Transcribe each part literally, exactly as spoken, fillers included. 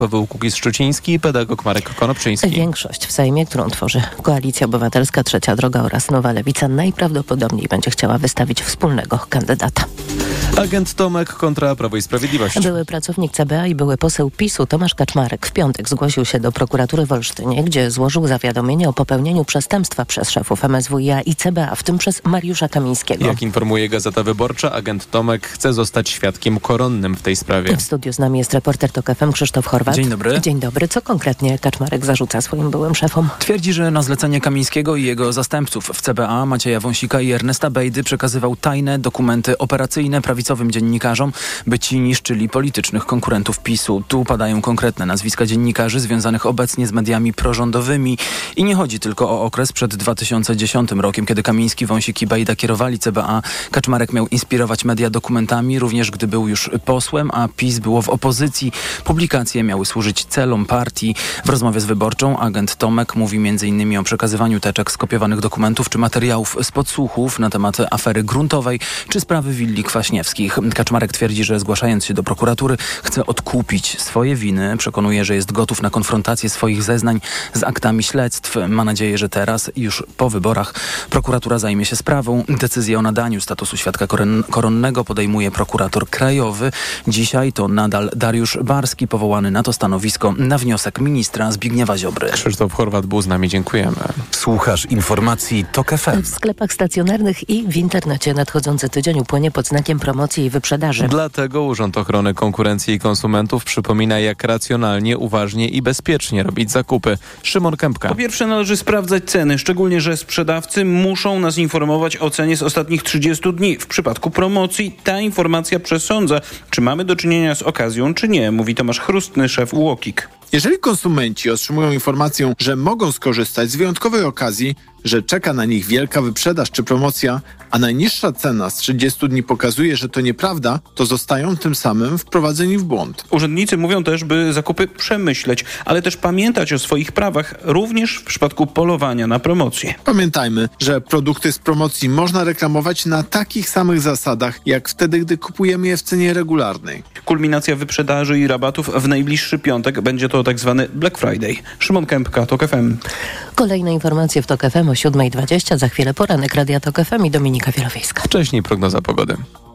Paweł Kukiz-Szczuciński i pedagog Marek Konopczyński. Większość w Sejmie, którą tworzy Koalicja Obywatelska, Trzecia Droga oraz Nowa Lewica, najprawdopodobniej będzie chciała wystawić wspólnego kandydata. Agent Tomek kontra Prawo i Sprawiedliwość. Były pracownik C B A i były poseł PiSu Tomasz Kaczmarek w piątek zgłosił się do prokuratury w Olsztynie, gdzie złożył zawiadomienie o popełnieniu przestępstwa przez szefów M S W i A i C B A, w tym przez Mariusza Kamińskiego. Jak informuje Gazeta Wyborcza, agent Tomek chce zostać świadkiem koronnym w tej sprawie. W studiu z nami jest reporter TOK F M Krzysztof Horwat. Dzień dobry. Dzień dobry. Co konkretnie Kaczmarek zarzuca swoim byłym szefom? Twierdzi, że na zlecenie Kamińskiego i jego zastępców w C B A, Macieja Wąsika i Ernesta Bejdy, przekazywał tajne dokumenty operacyjne prawicowym dziennikarzom, by ci niszczyli politycznych konkurentów PiSu. Tu padają konkretne nazwiska dziennikarzy związanych obecnie z mediami prorządowymi. I nie chodzi tylko o okres przed dwa tysiące dziesiątym rokiem, kiedy Kamiński, Wąsik i Bejda kierowali C B A. Kaczmarek miał inspirować media dokumentami, również gdy był już posłem, a PiS było w opozycji. Publikacje miały służyć celom partii. W rozmowie z Wyborczą agent Tomek mówi między innymi o przekazywaniu teczek skopiowanych dokumentów czy materiałów z podsłuchów na temat afery gruntowej czy sprawy willi Kwaśniewskich. Kaczmarek twierdzi, że zgłaszając się do prokuratury chce odkupić swoje winy. Przekonuje, że jest gotów na konfrontację swoich zeznań z aktami śledztw. Ma nadzieję, że teraz, już po wyborach, prokuratura zajmie się sprawą. Decyzję o nadaniu statusu świadka koron- koronnego podejmuje prokurator krajowy. Dzisiaj to nadal Dariusz Barski, powołany na to stanowisko na wniosek ministra Zbigniewa Ziobry. Krzysztof Horwat był z nami, dziękujemy. Słuchasz informacji TOK F M. W sklepach stacjonarnych i w internecie nadchodzący tydzień upłynie pod znakiem promocji i wyprzedaży. Dlatego Urząd Ochrony Konkurencji i Konsumentów przypomina, jak racjonalnie, uważnie i bezpiecznie robić zakupy. Szymon Kępka. Po pierwsze należy sprawdzać ceny, szczególnie że sprzedawcy muszą nas informować o cenie z ostatnich trzydziestu dni. W przypadku promocji ta informacja przesądza, czy mamy do czynienia z okazją, czy nie, mówi Tomasz Chrustny, szef UOKiK. Jeżeli konsumenci otrzymują informację, że mogą skorzystać z wyjątkowej okazji, że czeka na nich wielka wyprzedaż czy promocja, a najniższa cena z trzydziestu dni pokazuje, że to nieprawda, to zostają tym samym wprowadzeni w błąd. Urzędnicy mówią też, by zakupy przemyśleć, ale też pamiętać o swoich prawach, również w przypadku polowania na promocję. Pamiętajmy, że produkty z promocji można reklamować na takich samych zasadach, jak wtedy, gdy kupujemy je w cenie regularnej. Kulminacja wyprzedaży i rabatów w najbliższy piątek będzie to tak zwany Black Friday. Szymon Kępka, TOK F M. Kolejne informacje w TOK F M o siódma dwadzieścia. Za chwilę poranek Radia TOK F M i Dominika Wielowiejska. Wcześniej prognoza pogody.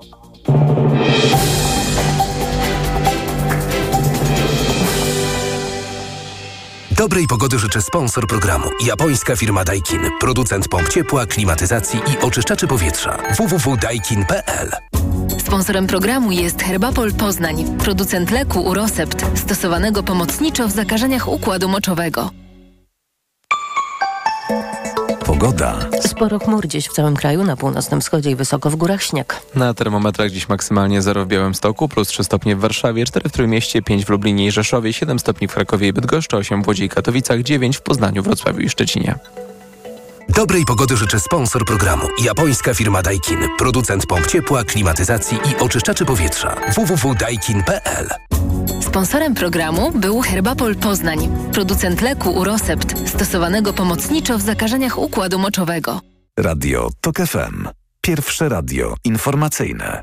Dobrej pogody życzy sponsor programu. Japońska firma Daikin. Producent pomp ciepła, klimatyzacji i oczyszczaczy powietrza. w w w kropka daikin kropka p l. Sponsorem programu jest Herbapol Poznań. Producent leku Urosept, stosowanego pomocniczo w zakażeniach układu moczowego. Pogoda. Sporo chmur dziś w całym kraju, na północnym wschodzie i wysoko w górach śnieg. Na termometrach dziś maksymalnie zero w Białymstoku, plus trzy stopnie w Warszawie, cztery w Trójmieście, pięć w Lublinie i Rzeszowie, siedem stopni w Krakowie i Bydgoszczy, osiem w Łodzi i Katowicach, dziewięć w Poznaniu, Wrocławiu i Szczecinie. Dobrej pogody życzy sponsor programu. Japońska firma Daikin. Producent pomp ciepła, klimatyzacji i oczyszczaczy powietrza. w w w kropka daikin kropka p l. Sponsorem programu był Herbapol Poznań. Producent leku Urosept, stosowanego pomocniczo w zakażeniach układu moczowego. Radio TOK F M. Pierwsze radio informacyjne.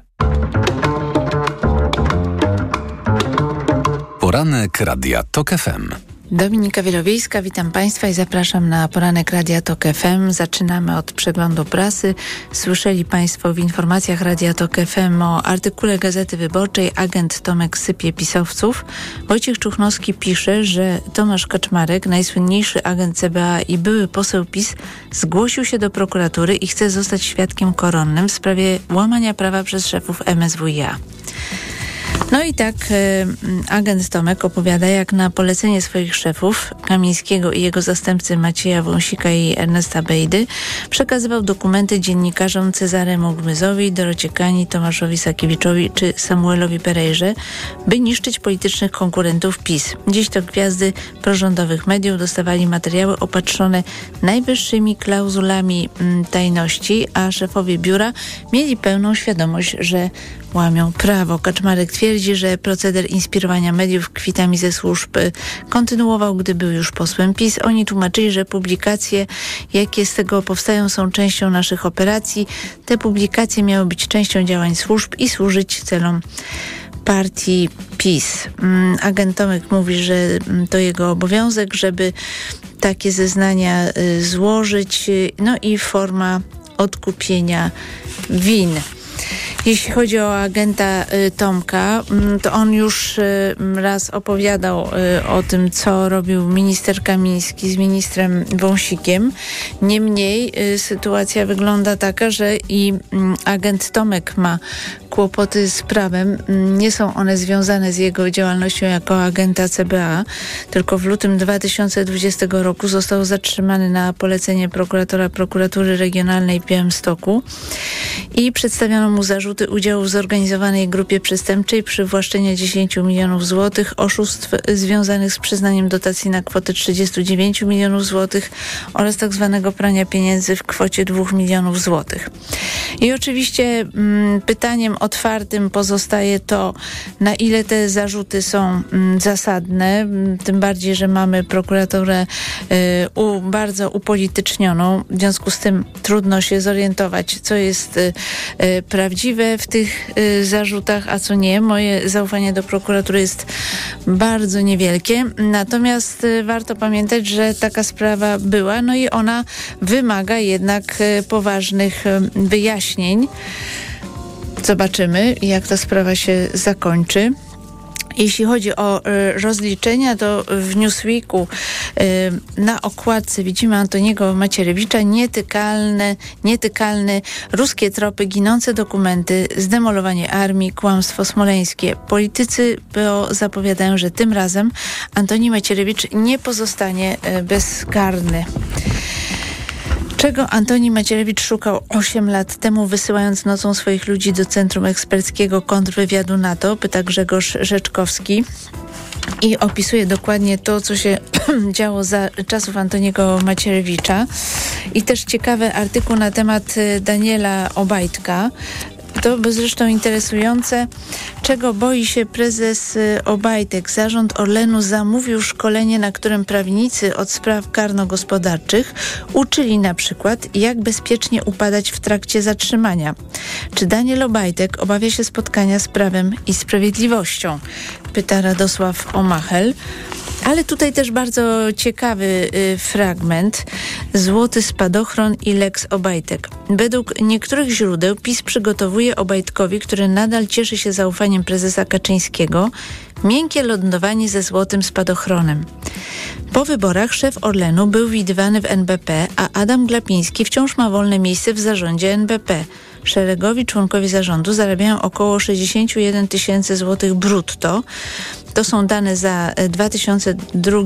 Poranek Radia TOK F M. Dominika Wielowiejska, witam Państwa i zapraszam na poranek Radia TOK F M. Zaczynamy od przeglądu prasy. Słyszeli Państwo w informacjach Radia TOK F M o artykule Gazety Wyborczej Agent Tomek sypie pisowców. Wojciech Czuchnowski pisze, że Tomasz Kaczmarek, najsłynniejszy agent C B A i były poseł PiS, zgłosił się do prokuratury i chce zostać świadkiem koronnym w sprawie łamania prawa przez szefów M S W i A. No i tak y, agent Tomek opowiada, jak na polecenie swoich szefów, Kamińskiego i jego zastępcy Macieja Wąsika i Ernesta Bejdy, przekazywał dokumenty dziennikarzom Cezaremu Gmyzowi, Dorocie Kani, Tomaszowi Sakiewiczowi czy Samuelowi Perejrze, by niszczyć politycznych konkurentów PiS. Dziś to gwiazdy prorządowych mediów dostawali materiały opatrzone najwyższymi klauzulami mm, tajności, a szefowie biura mieli pełną świadomość, że łamią prawo. Kaczmarek twierdzi, że proceder inspirowania mediów kwitami ze służb kontynuował, gdy był już posłem PiS. Oni tłumaczyli, że publikacje, jakie z tego powstają, są częścią naszych operacji. Te publikacje miały być częścią działań służb i służyć celom partii PiS. Agent Tomek mówi, że to jego obowiązek, żeby takie zeznania złożyć, no i forma odkupienia win. Jeśli chodzi o agenta y, Tomka, y, to on już y, raz opowiadał y, o tym, co robił minister Kamiński z ministrem Wąsikiem. Niemniej y, sytuacja wygląda taka, że i y, agent Tomek ma kłopoty z prawem. Nie są one związane z jego działalnością jako agenta C B A, tylko w lutym dwa tysiące dwudziestego roku został zatrzymany na polecenie prokuratora Prokuratury Regionalnej w Białymstoku i przedstawiono mu zarzuty udziału w zorganizowanej grupie przestępczej, przywłaszczenia dziesięć milionów złotych, oszustw związanych z przyznaniem dotacji na kwotę trzydzieści dziewięć milionów złotych oraz tak zwanego prania pieniędzy w kwocie dwa milionów złotych. I oczywiście mm, pytaniem otwartym pozostaje to, na ile te zarzuty są mm, zasadne, tym bardziej, że mamy prokuraturę y, u, bardzo upolitycznioną. W związku z tym trudno się zorientować, co jest y, y, prawdziwe w tych y, zarzutach, a co nie. Moje zaufanie do prokuratury jest bardzo niewielkie. Natomiast y, warto pamiętać, że taka sprawa była, no i ona wymaga jednak y, poważnych y, wyjaśnień. Zobaczymy, jak ta sprawa się zakończy. Jeśli chodzi o y, rozliczenia, to w Newsweeku y, na okładce widzimy Antoniego Macierewicza, nietykalne, nietykalny, ruskie tropy, ginące dokumenty, zdemolowanie armii, kłamstwo smoleńskie. Politycy P O zapowiadają, że tym razem Antoni Macierewicz nie pozostanie y, bezkarny. Czego Antoni Macierewicz szukał osiem lat temu, wysyłając nocą swoich ludzi do Centrum Eksperckiego Kontrwywiadu NATO? Pyta Grzegorz Rzeczkowski i opisuje dokładnie to, co się działo za czasów Antoniego Macierewicza. I też ciekawy artykuł na temat Daniela Obajtka. To zresztą interesujące, czego boi się prezes Obajtek. Zarząd Orlenu zamówił szkolenie, na którym prawnicy od spraw karno-gospodarczych uczyli na przykład, jak bezpiecznie upadać w trakcie zatrzymania. Czy Daniel Obajtek obawia się spotkania z Prawem i Sprawiedliwością? Pyta Radosław Omachel. Ale tutaj też bardzo ciekawy y, fragment. Złoty spadochron i Lex Obajtek. Według niektórych źródeł PiS przygotowuje Obajtkowi, który nadal cieszy się zaufaniem prezesa Kaczyńskiego, miękkie lądowanie ze złotym spadochronem. Po wyborach szef Orlenu był widywany w N B P, a Adam Glapiński wciąż ma wolne miejsce w zarządzie N B P. Szeregowi członkowie zarządu zarabiają około sześćdziesiąt jeden tysięcy złotych brutto. To są dane za dwa tysiące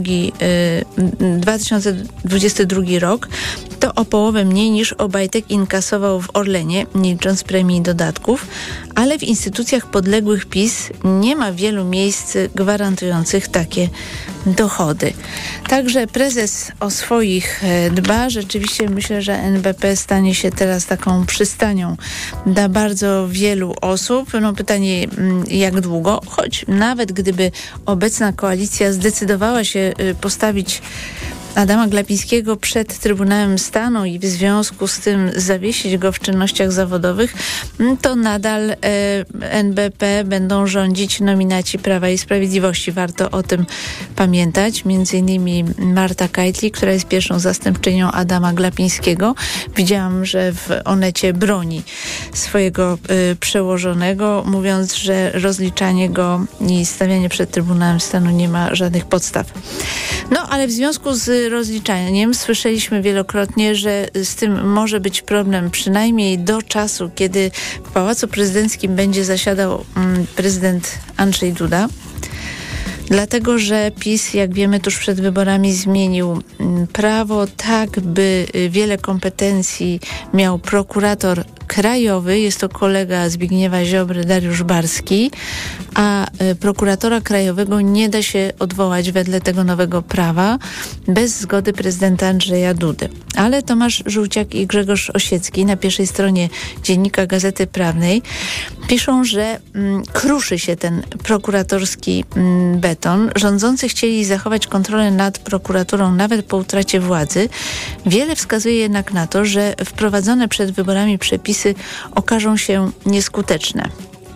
dwudziesty drugi rok. To o połowę mniej niż Obajtek inkasował w Orlenie, nie licząc premii i dodatków, ale w instytucjach podległych PiS nie ma wielu miejsc gwarantujących takie dochody. Także prezes o swoich dba. Rzeczywiście myślę, że N B P stanie się teraz taką przystanią dla bardzo wielu osób. No pytanie, jak długo, choć nawet gdyby obecna koalicja zdecydowała się postawić Adama Glapińskiego przed Trybunałem Stanu i w związku z tym zawiesić go w czynnościach zawodowych, to nadal e, N B P będą rządzić nominaci Prawa i Sprawiedliwości. Warto o tym pamiętać. Między innymi Marta Kajtli, która jest pierwszą zastępczynią Adama Glapińskiego. Widziałam, że w Onecie broni swojego e, przełożonego, mówiąc, że rozliczanie go i stawianie przed Trybunałem Stanu nie ma żadnych podstaw. No, ale w związku z rozliczaniem słyszeliśmy wielokrotnie, że z tym może być problem przynajmniej do czasu, kiedy w Pałacu Prezydenckim będzie zasiadał mm, prezydent Andrzej Duda. Dlatego, że PiS, jak wiemy, tuż przed wyborami zmienił prawo tak, by wiele kompetencji miał prokurator krajowy, jest to kolega Zbigniewa Ziobry, Dariusz Barski, a prokuratora krajowego nie da się odwołać wedle tego nowego prawa bez zgody prezydenta Andrzeja Dudy. Ale Tomasz Żółciak i Grzegorz Osiecki na pierwszej stronie Dziennika Gazety Prawnej piszą, że mm, kruszy się ten prokuratorski mm, beton. Rządzący chcieli zachować kontrolę nad prokuraturą nawet po utracie władzy. Wiele wskazuje jednak na to, że wprowadzone przed wyborami przepisy okażą się nieskuteczne.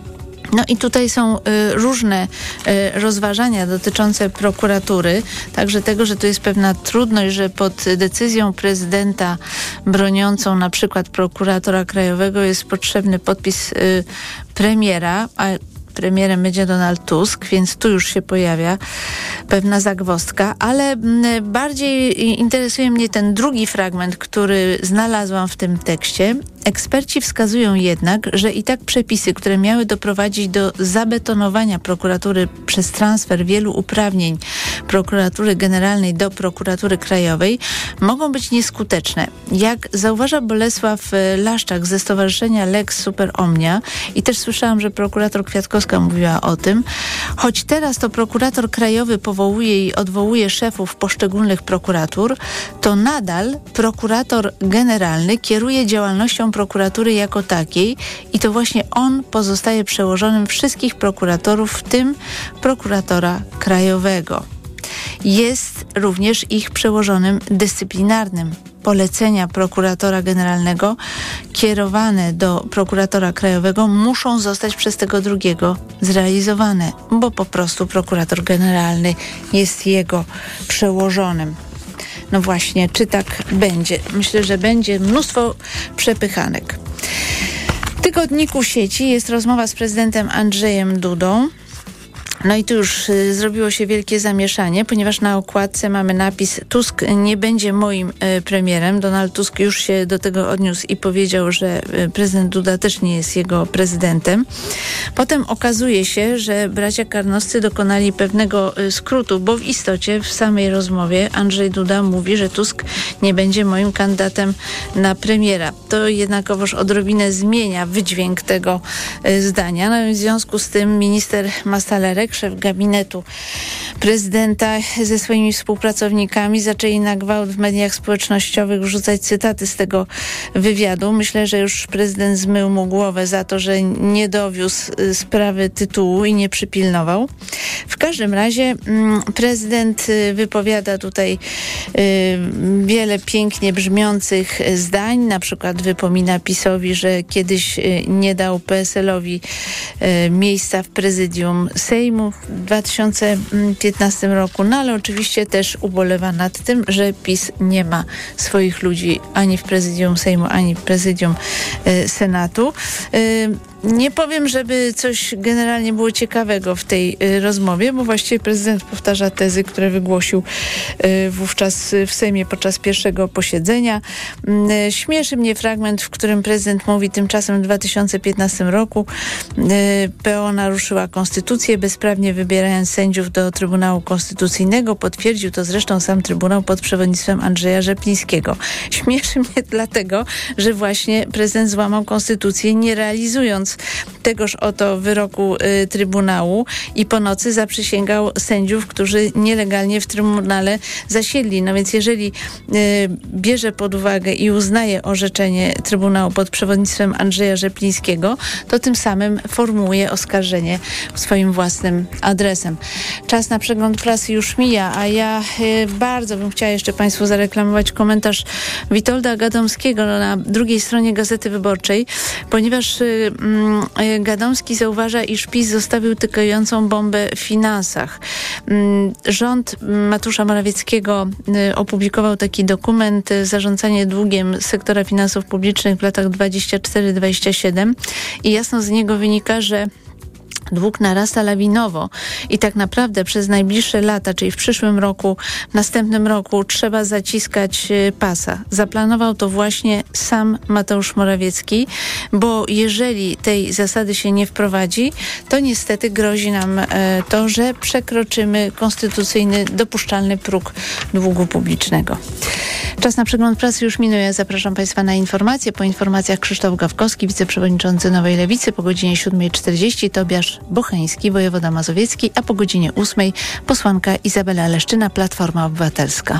No i tutaj są y, różne y, rozważania dotyczące prokuratury, także tego, że tu jest pewna trudność, że pod decyzją prezydenta broniącą na przykład prokuratora krajowego jest potrzebny podpis y, premiera, a premierem będzie Donald Tusk, więc tu już się pojawia pewna zagwozdka, ale bardziej interesuje mnie ten drugi fragment, który znalazłam w tym tekście. Eksperci wskazują jednak, że i tak przepisy, które miały doprowadzić do zabetonowania prokuratury przez transfer wielu uprawnień prokuratury generalnej do prokuratury krajowej, mogą być nieskuteczne. Jak zauważa Bolesław Laszczak ze Stowarzyszenia Lex Super Omnia i też słyszałam, że prokurator Kwiatkowska mówiła o tym, choć teraz to prokurator krajowy powołuje i odwołuje szefów poszczególnych prokuratur, to nadal prokurator generalny kieruje działalnością prokuratury jako takiej i to właśnie on pozostaje przełożonym wszystkich prokuratorów, w tym prokuratora krajowego. Jest również ich przełożonym dyscyplinarnym. Polecenia prokuratora generalnego kierowane do prokuratora krajowego muszą zostać przez tego drugiego zrealizowane, bo po prostu prokurator generalny jest jego przełożonym. No właśnie, czy tak będzie? Myślę, że będzie mnóstwo przepychanek. W tygodniku Sieci jest rozmowa z prezydentem Andrzejem Dudą. No i tu już y, zrobiło się wielkie zamieszanie, ponieważ na okładce mamy napis Tusk nie będzie moim y, premierem. Donald Tusk już się do tego odniósł i powiedział, że y, prezydent Duda też nie jest jego prezydentem. Potem okazuje się, że bracia Karnowscy dokonali pewnego y, skrótu, bo w istocie w samej rozmowie Andrzej Duda mówi, że Tusk nie będzie moim kandydatem na premiera. To jednakowoż odrobinę zmienia wydźwięk tego y, zdania. No i w związku z tym minister Mastalerek, szef gabinetu prezydenta, ze swoimi współpracownikami zaczęli na gwałt w mediach społecznościowych wrzucać cytaty z tego wywiadu. Myślę, że już prezydent zmył mu głowę za to, że nie dowiózł sprawy tytułu i nie przypilnował. W każdym razie prezydent wypowiada tutaj wiele pięknie brzmiących zdań. Na przykład wypomina PiS-owi, że kiedyś nie dał P S L-owi miejsca w prezydium Sejmu w dwa tysiące piętnastym roku, no ale oczywiście też ubolewa nad tym, że PiS nie ma swoich ludzi ani w prezydium Sejmu, ani w prezydium y, Senatu. Y, Nie powiem, żeby coś generalnie było ciekawego w tej y, rozmowie, bo właściwie prezydent powtarza tezy, które wygłosił y, wówczas w Sejmie podczas pierwszego posiedzenia. Y, śmieszy mnie fragment, w którym prezydent mówi: tymczasem w dwa tysiące piętnastym roku y, P O naruszyła konstytucję, bezprawnie wybierając sędziów do Trybunału Konstytucyjnego. Potwierdził to zresztą sam Trybunał pod przewodnictwem Andrzeja Rzeplińskiego. Śmieszy mnie dlatego, że właśnie prezydent złamał konstytucję, nie realizując tegoż oto wyroku y, Trybunału i po nocy zaprzysięgał sędziów, którzy nielegalnie w Trybunale zasiedli. No więc jeżeli y, bierze pod uwagę i uznaje orzeczenie Trybunału pod przewodnictwem Andrzeja Rzeplińskiego, to tym samym formułuje oskarżenie swoim własnym adresem. Czas na przegląd prasy już mija, a ja y, bardzo bym chciała jeszcze Państwu zareklamować komentarz Witolda Gadomskiego na drugiej stronie Gazety Wyborczej, ponieważ y, Gadomski zauważa, iż PiS zostawił tykającą bombę w finansach. Rząd Mateusza Morawieckiego opublikował taki dokument Zarządzanie długiem sektora finansów publicznych w latach dwudziestym czwartym do dwudziestego siódmego i jasno z niego wynika, że dług narasta lawinowo i tak naprawdę przez najbliższe lata, czyli w przyszłym roku, w następnym roku trzeba zaciskać pasa. Zaplanował to właśnie sam Mateusz Morawiecki, bo jeżeli tej zasady się nie wprowadzi, to niestety grozi nam e, to, że przekroczymy konstytucyjny, dopuszczalny próg długu publicznego. Czas na przegląd prasy już minuje. Zapraszam Państwa na informacje. Po informacjach Krzysztof Gawkowski, wiceprzewodniczący Nowej Lewicy, po godzinie siódmej czterdzieści Tobiasz Bocheński, wojewoda mazowiecki, a po godzinie ósmej posłanka Izabela Leszczyna, Platforma Obywatelska.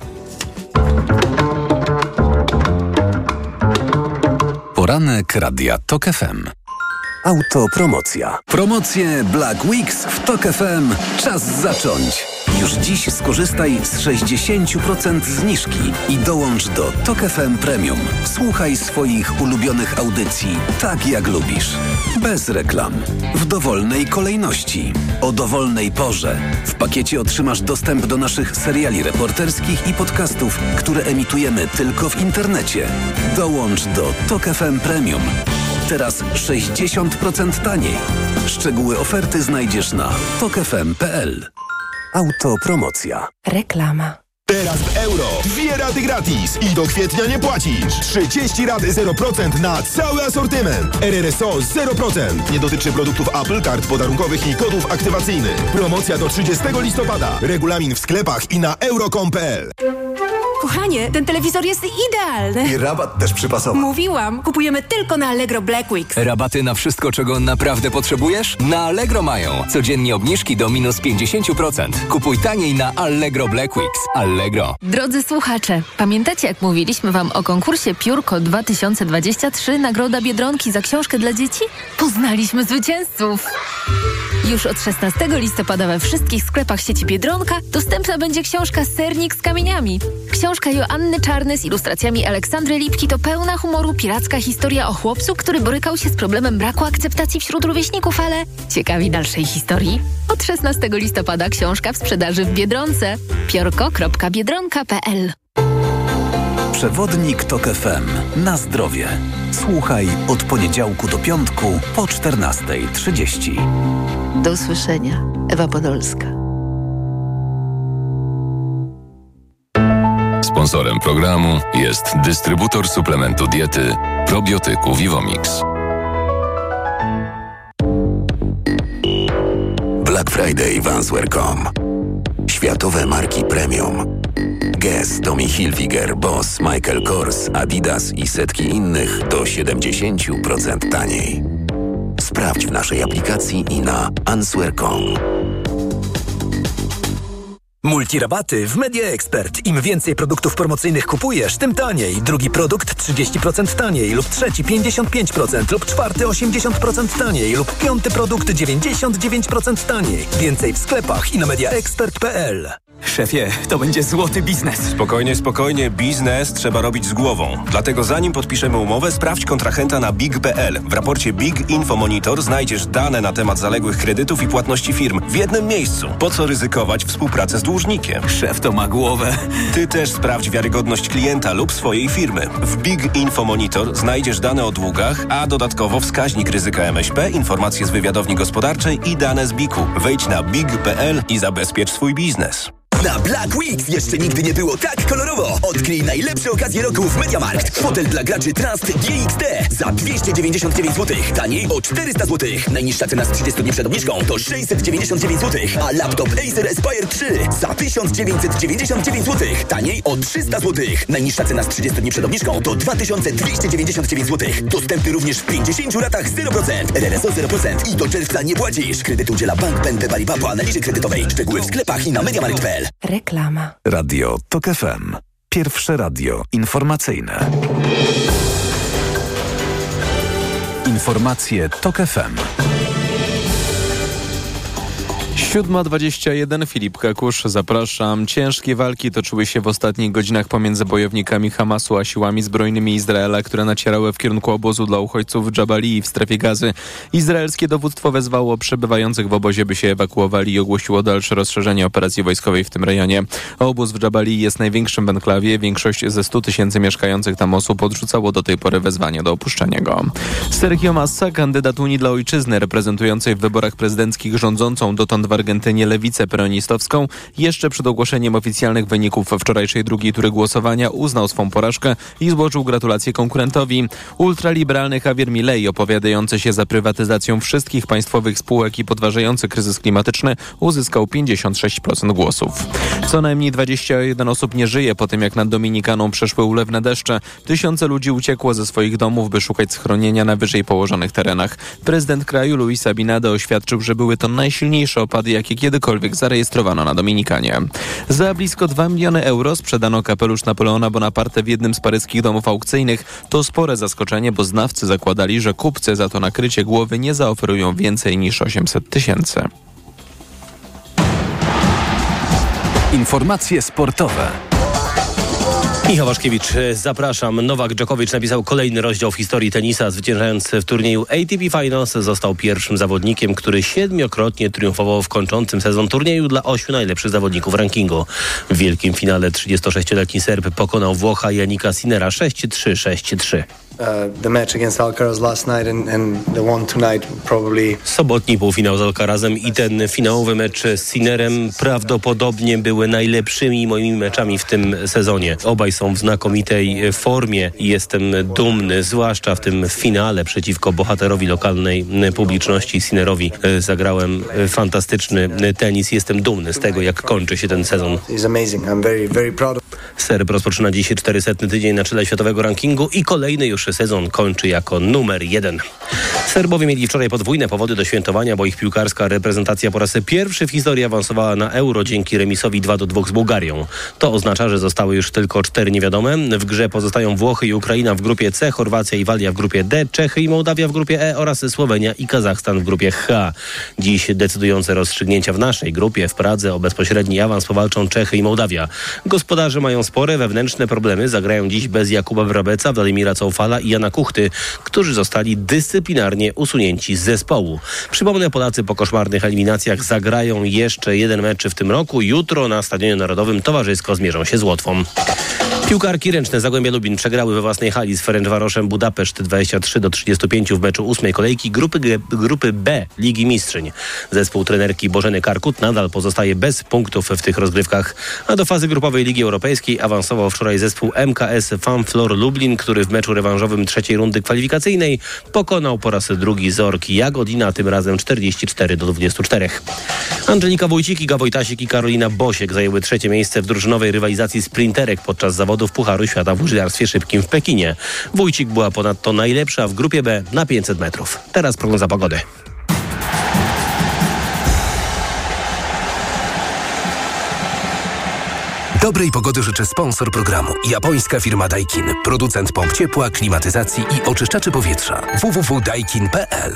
Poranek Radia Tok F M. Autopromocja. Promocje Black Weeks w Tok F M. Czas zacząć. Już dziś skorzystaj z sześćdziesiąt procent zniżki i dołącz do Tok F M Premium. Słuchaj swoich ulubionych audycji tak jak lubisz. Bez reklam. W dowolnej kolejności. O dowolnej porze. W pakiecie otrzymasz dostęp do naszych seriali reporterskich i podcastów, które emitujemy tylko w internecie. Dołącz do Tok F M Premium. Teraz sześćdziesiąt procent taniej. Szczegóły oferty znajdziesz na tok f m kropka p l. Autopromocja. Reklama. Teraz w euro. Dwie raty gratis i do kwietnia nie płacisz. trzydzieści rat zero procent na cały asortyment. R R S O zero procent. Nie dotyczy produktów Apple, kart podarunkowych i kodów aktywacyjnych. Promocja do trzydziestego listopada. Regulamin w sklepach i na euro kropka com kropka p l. Kochanie, ten telewizor jest idealny. I rabat też przypasowy. Mówiłam, kupujemy tylko na Allegro Black Weeks. Rabaty na wszystko, czego naprawdę potrzebujesz? Na Allegro mają. Codziennie obniżki do minus pięćdziesiąt procent. Kupuj taniej na Allegro Black Weeks. Allegro. Drodzy słuchacze, pamiętacie jak mówiliśmy wam o konkursie Piórko dwa tysiące dwadzieścia trzy Nagroda Biedronki za książkę dla dzieci? Poznaliśmy zwycięzców! Już od szesnastego listopada we wszystkich sklepach sieci Biedronka dostępna będzie książka Sernik z kamieniami. Książka Joanny Czarny z ilustracjami Aleksandry Lipki to pełna humoru piracka historia o chłopcu, który borykał się z problemem braku akceptacji wśród rówieśników, ale ciekawi dalszej historii? Od szesnastego listopada książka w sprzedaży w Biedronce. piorko kropka biedronka kropka p l. Przewodnik Tok F M. Na zdrowie. Słuchaj od poniedziałku do piątku po czternasta trzydzieści. Do usłyszenia. Ewa Podolska. Sponsorem programu jest dystrybutor suplementu diety probiotyku Vivomix. Black Friday w Answer kropka com. Światowe marki premium. Guess, Tommy Hilfiger, Boss, Michael Kors, Adidas i setki innych do siedemdziesiąt procent taniej. Sprawdź w naszej aplikacji i na answer kropka com. Multirabaty w Media Expert. Im więcej produktów promocyjnych kupujesz, tym taniej. Drugi produkt trzydzieści procent taniej lub trzeci pięćdziesiąt pięć procent lub czwarty osiemdziesiąt procent taniej lub piąty produkt dziewięćdziesiąt dziewięć procent taniej. Więcej w sklepach i na mediaexpert kropka p l. Szefie, to będzie złoty biznes. Spokojnie, spokojnie. Biznes trzeba robić z głową. Dlatego zanim podpiszemy umowę, sprawdź kontrahenta na big kropka p l. W raporcie Big Info Monitor znajdziesz dane na temat zaległych kredytów i płatności firm w jednym miejscu. Po co ryzykować współpracę z dłużnikiem? Szef to ma głowę. Ty też sprawdź wiarygodność klienta lub swojej firmy. W Big Info Monitor znajdziesz dane o długach, a dodatkowo wskaźnik ryzyka M S P, informacje z wywiadowni gospodarczej i dane z biku. Wejdź na big kropka p l i zabezpiecz swój biznes. Na Black Weeks jeszcze nigdy nie było tak kolorowo. Odkryj najlepsze okazje roku w MediaMarkt. Fotel dla graczy Trust G X D za dwieście dziewięćdziesiąt dziewięć złotych. Taniej o czterysta złotych. Najniższa cena z trzydziestu dni przed obniżką to sześćset dziewięćdziesiąt dziewięć złotych. A laptop Acer Aspire trzy za tysiąc dziewięćset dziewięćdziesiąt dziewięć złotych. Taniej o trzysta złotych. Najniższa cena z trzydziestu dni przed obniżką to dwa tysiące dwieście dziewięćdziesiąt dziewięć złotych. Dostępny również w pięćdziesięciu ratach zero procent. R R S O zero procent i do czerwca nie płacisz. Kredyt udziela Bank B N P Paribas po analizie kredytowej. Szczegóły w sklepach i na mediamarkt kropka p l. Reklama. Radio Tok F M. Pierwsze radio informacyjne. Informacje Tok F M. siódma dwadzieścia jeden, Filip Kakusz, zapraszam. Ciężkie walki toczyły się w ostatnich godzinach pomiędzy bojownikami Hamasu a siłami zbrojnymi Izraela, które nacierały w kierunku obozu dla uchodźców w Dżabalii w strefie Gazy. Izraelskie dowództwo wezwało przebywających w obozie, by się ewakuowali i ogłosiło dalsze rozszerzenie operacji wojskowej w tym rejonie. Obóz w Dżabalii jest największym w enklawie. Większość ze stu tysięcy mieszkających tam osób odrzucało do tej pory wezwanie do opuszczenia go. Sergio Massa, kandydat Unii dla Ojczyzny, reprezentującej w wyborach prezydenckich rządzącą dotąd w Argentynie lewicę peronistowską, jeszcze przed ogłoszeniem oficjalnych wyników wczorajszej drugiej tury głosowania uznał swą porażkę i złożył gratulacje konkurentowi. Ultraliberalny Javier Milei, opowiadający się za prywatyzacją wszystkich państwowych spółek i podważający kryzys klimatyczny, uzyskał pięćdziesiąt sześć procent głosów. Co najmniej dwadzieścia jeden osób nie żyje po tym, jak nad Dominikaną przeszły ulewne deszcze. Tysiące ludzi uciekło ze swoich domów, by szukać schronienia na wyżej położonych terenach. Prezydent kraju Luis Abinader oświadczył, że były to najsilniejsze opady, jakie kiedykolwiek zarejestrowano na Dominikanie. Za blisko dwa miliony euro sprzedano kapelusz Napoleona Bonaparte w jednym z paryskich domów aukcyjnych. To spore zaskoczenie, bo znawcy zakładali, że kupcy za to nakrycie głowy nie zaoferują więcej niż osiemset tysięcy. Informacje sportowe. Michał Waszkiewicz, zapraszam. Nowak Dżokowicz napisał kolejny rozdział w historii tenisa. Zwyciężając w turnieju A T P Finals został pierwszym zawodnikiem, który siedmiokrotnie triumfował w kończącym sezon turnieju dla ośmiu najlepszych zawodników rankingu. W wielkim finale trzydziestosześcioletni Serb pokonał Włocha Janika Sinnera sześć trzy sześć trzy. Sobotni półfinał z Alcarazem i ten finałowy mecz z Sinnerem prawdopodobnie były najlepszymi moimi meczami w tym sezonie. Obaj są w znakomitej formie i jestem dumny, zwłaszcza w tym finale przeciwko bohaterowi lokalnej publiczności Sinnerowi. Zagrałem fantastyczny tenis. Jestem dumny z tego, jak kończy się ten sezon. Serb rozpoczyna dziś czterysetny tydzień na czele światowego rankingu i kolejny już sezon kończy jako numer jeden. Serbowie mieli wczoraj podwójne powody do świętowania, bo ich piłkarska reprezentacja po raz pierwszy w historii awansowała na Euro dzięki remisowi dwa do dwóch z Bułgarią. To oznacza, że zostały już tylko cztery niewiadome. W grze pozostają Włochy i Ukraina w grupie C, Chorwacja i Walia w grupie D, Czechy i Mołdawia w grupie E oraz Słowenia i Kazachstan w grupie H. Dziś decydujące rozstrzygnięcia w naszej grupie w Pradze o bezpośredni awans powalczą Czechy i Mołdawia. Gospodarze mają spore wewnętrzne problemy. Zagrają dziś bez Jakuba Wrabeca, Władimira Coufala i Jana Kuchty, którzy zostali dyscyplinarnie usunięci z zespołu. Przypomnę, Polacy po koszmarnych eliminacjach zagrają jeszcze jeden mecz w tym roku. Jutro na Stadionie Narodowym towarzysko zmierzą się z Łotwą. Piłkarki ręczne Zagłębia Lubin przegrały we własnej hali z Ferencvaroszem Budapeszt dwadzieścia trzy do trzydziestu pięciu w meczu ósmej kolejki grupy, G, grupy B Ligi Mistrzyń. Zespół trenerki Bożeny Karkut nadal pozostaje bez punktów w tych rozgrywkach, a do fazy grupowej Ligi Europejskiej awansował wczoraj zespół M K S Fanflor Lublin, który w meczu rewanżowym trzeciej rundy kwalifikacyjnej pokonał po raz drugi Zorki Jagodina, tym razem czterdzieści cztery do dwudziestu czterech. Angelika Wójcik, Iga Wojtasik i Karolina Bosiek zajęły trzecie miejsce w drużynowej rywalizacji sprinterek podczas zawodów Pucharu Świata w łyżwiarstwie szybkim w Pekinie. Wójcik była ponadto najlepsza w grupie B na pięćset metrów. Teraz prognoza pogody. Dobrej pogody życzy sponsor programu. Japońska firma Daikin. Producent pomp ciepła, klimatyzacji i oczyszczaczy powietrza. w w w kropka daikin kropka p l.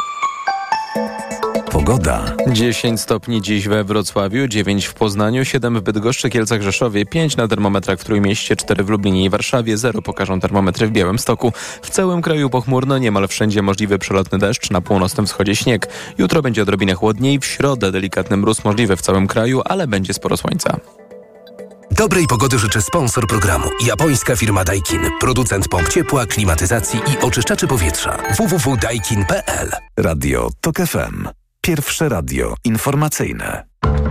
Pogoda. dziesięć stopni dziś we Wrocławiu, dziewięć w Poznaniu, siedem w Bydgoszczy, Kielcach, Rzeszowie, pięć na termometrach w Trójmieście, cztery w Lublinie i Warszawie, zero pokażą termometry w Białymstoku. W całym kraju pochmurno, niemal wszędzie możliwy przelotny deszcz, na północnym wschodzie śnieg. Jutro będzie odrobinę chłodniej, w środę delikatny mróz możliwy w całym kraju, ale będzie sporo słońca. Dobrej pogody życzy sponsor programu. Japońska firma Daikin. Producent pomp ciepła, klimatyzacji i oczyszczaczy powietrza. w w w kropka daikin kropka p l. Radio TOK F M. Pierwsze radio informacyjne.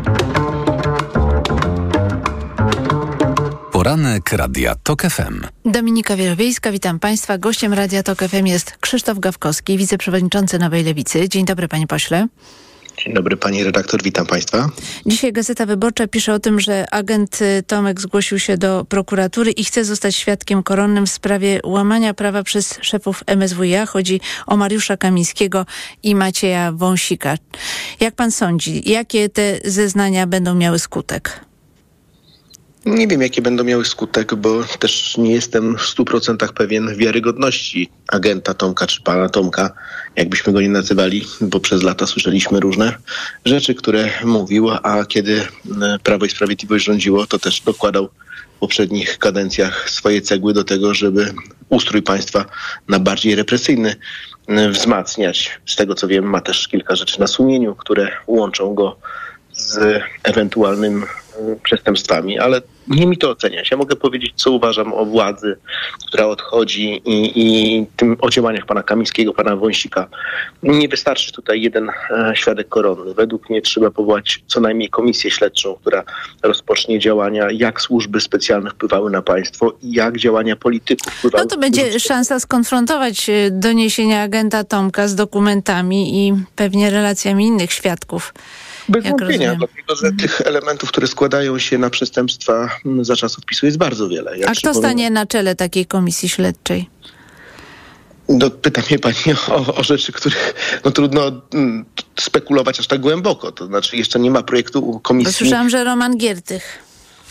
Poranek Radia TOK F M. Dominika Wielowiejska, witam Państwa. Gościem Radia TOK F M jest Krzysztof Gawkowski, wiceprzewodniczący Nowej Lewicy. Dzień dobry, panie pośle. Dzień dobry, pani redaktor, witam państwa. Dzisiaj Gazeta Wyborcza pisze o tym, że agent Tomek zgłosił się do prokuratury i chce zostać świadkiem koronnym w sprawie łamania prawa przez szefów M S W iA. Chodzi o Mariusza Kamińskiego i Macieja Wąsika. Jak pan sądzi, jakie te zeznania będą miały skutek? Nie wiem, jakie będą miały skutek, bo też nie jestem w stu procentach pewien wiarygodności agenta Tomka czy pana Tomka, jakbyśmy go nie nazywali, bo przez lata słyszeliśmy różne rzeczy, które mówił, a kiedy Prawo i Sprawiedliwość rządziło, to też dokładał w poprzednich kadencjach swoje cegły do tego, żeby ustrój państwa na bardziej represyjny wzmacniać. Z tego co wiem, ma też kilka rzeczy na sumieniu, które łączą go z ewentualnym przestępstwami, ale nie mi to oceniać. Ja mogę powiedzieć, co uważam o władzy, która odchodzi i, i tym o działaniach pana Kamińskiego, pana Wąsika. Nie wystarczy tutaj jeden e, świadek koronny. Według mnie trzeba powołać co najmniej komisję śledczą, która rozpocznie działania, jak służby specjalne wpływały na państwo i jak działania polityków wpływały. No to będzie szansa skonfrontować doniesienia agenta Tomka z dokumentami i pewnie relacjami innych świadków. Bez wątpienia, dlatego że mhm. tych elementów, które składają się na przestępstwa za czasów PiSu jest bardzo wiele. Ja A kto stanie na czele takiej komisji śledczej? No, pyta mnie pani o, o rzeczy, których no, trudno mm, spekulować aż tak głęboko. To znaczy jeszcze nie ma projektu komisji. Bo słyszałam, że Roman Giertych.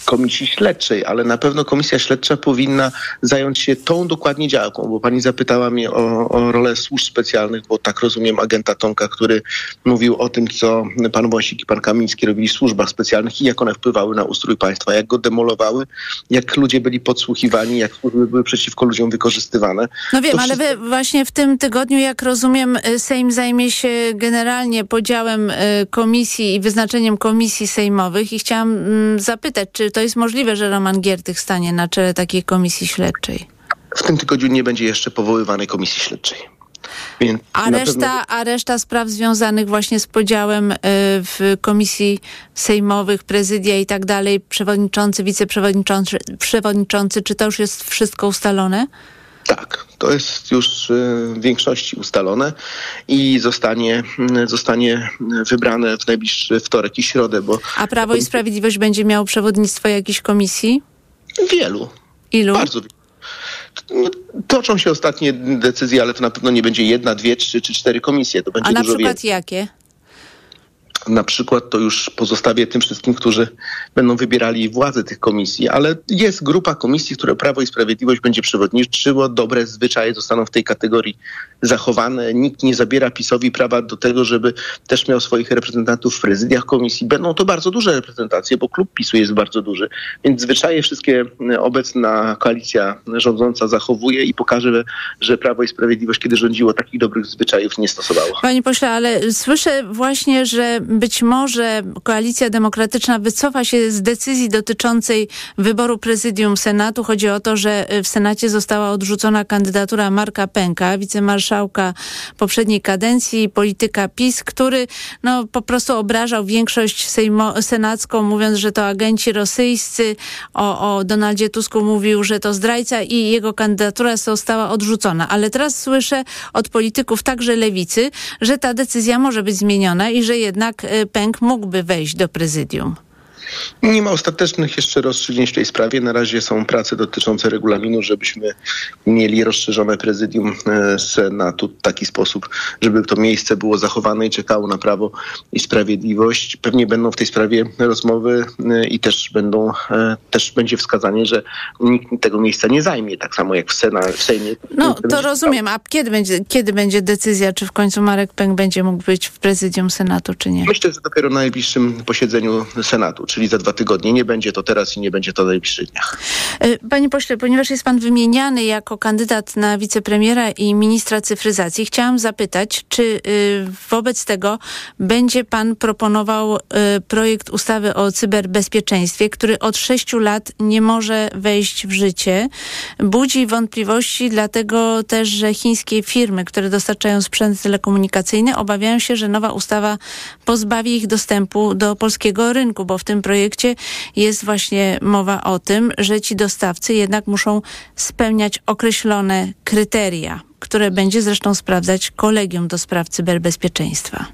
komisji śledczej, ale na pewno komisja śledcza powinna zająć się tą dokładnie działką, bo pani zapytała mnie o, o rolę służb specjalnych, bo tak rozumiem agenta Tomka, który mówił o tym, co pan Wąsik i pan Kamiński robili w służbach specjalnych i jak one wpływały na ustrój państwa, jak go demolowały, jak ludzie byli podsłuchiwani, jak służby były przeciwko ludziom wykorzystywane. No wiem, to ale wszystko... wy właśnie w tym tygodniu, jak rozumiem, Sejm zajmie się generalnie podziałem komisji i wyznaczeniem komisji sejmowych i chciałam zapytać, czy to jest możliwe, że Roman Giertych stanie na czele takiej komisji śledczej? W tym tygodniu nie będzie jeszcze powoływanej komisji śledczej. Więc a, reszta, pewno... a reszta spraw związanych właśnie z podziałem y, w komisji sejmowych, prezydia i tak dalej, przewodniczący, wiceprzewodniczący, przewodniczący, czy to już jest wszystko ustalone? Tak, to jest już w większości ustalone i zostanie, zostanie wybrane w najbliższy wtorek i środę. Bo a Prawo i Sprawiedliwość będzie miało przewodnictwo jakiejś komisji? Wielu. Ilu? Bardzo wielu. Toczą się ostatnie decyzje, ale to na pewno nie będzie jedna, dwie, trzy czy cztery komisje. To będzie a na dużo przykład więcej. Jakie? Na przykład to już pozostawię tym wszystkim, którzy będą wybierali władze tych komisji, ale jest grupa komisji, które Prawo i Sprawiedliwość będzie przewodniczyło. Dobre zwyczaje zostaną w tej kategorii zachowane. Nikt nie zabiera PiS-owi prawa do tego, żeby też miał swoich reprezentantów w prezydiach komisji. Będą to bardzo duże reprezentacje, bo klub PiS-u jest bardzo duży. Więc zwyczaje wszystkie obecna koalicja rządząca zachowuje i pokaże, że Prawo i Sprawiedliwość, kiedy rządziło, takich dobrych zwyczajów nie stosowało. Panie pośle, ale słyszę właśnie, że być może Koalicja Demokratyczna wycofa się z decyzji dotyczącej wyboru prezydium Senatu. Chodzi o to, że w Senacie została odrzucona kandydatura Marka Pęka, wicemarszałka poprzedniej kadencji, polityka PiS, który no, po prostu obrażał większość sejmo- senacką, mówiąc, że to agenci rosyjscy. O, o Donaldzie Tusku mówił, że to zdrajca i jego kandydatura została odrzucona. Ale teraz słyszę od polityków także lewicy, że ta decyzja może być zmieniona i że jednak Pęk mógłby wejść do prezydium. Nie ma ostatecznych jeszcze rozstrzygnięć w tej sprawie. Na razie są prace dotyczące regulaminu, żebyśmy mieli rozszerzone prezydium Senatu w taki sposób, żeby to miejsce było zachowane i czekało na Prawo i Sprawiedliwość. Pewnie będą w tej sprawie rozmowy i też będą, też będzie wskazanie, że nikt tego miejsca nie zajmie, tak samo jak w, Sena, w Sejmie. No to rozumiem. A kiedy będzie, kiedy będzie decyzja, czy w końcu Marek Pęk będzie mógł być w prezydium Senatu, czy nie? Myślę, że dopiero na najbliższym posiedzeniu Senatu, czyli za dwa tygodnie. Nie będzie to teraz i nie będzie to w najbliższych dniach. Panie pośle, ponieważ jest pan wymieniany jako kandydat na wicepremiera i ministra cyfryzacji, chciałam zapytać, czy y, wobec tego będzie pan proponował y, projekt ustawy o cyberbezpieczeństwie, który od sześciu lat nie może wejść w życie. Budzi wątpliwości, dlatego też, że chińskie firmy, które dostarczają sprzęt telekomunikacyjny, obawiają się, że nowa ustawa pozbawi ich dostępu do polskiego rynku, bo w tym projekcie jest właśnie mowa o tym, że ci dostawcy jednak muszą spełniać określone kryteria, które będzie zresztą sprawdzać Kolegium do Spraw Cyberbezpieczeństwa.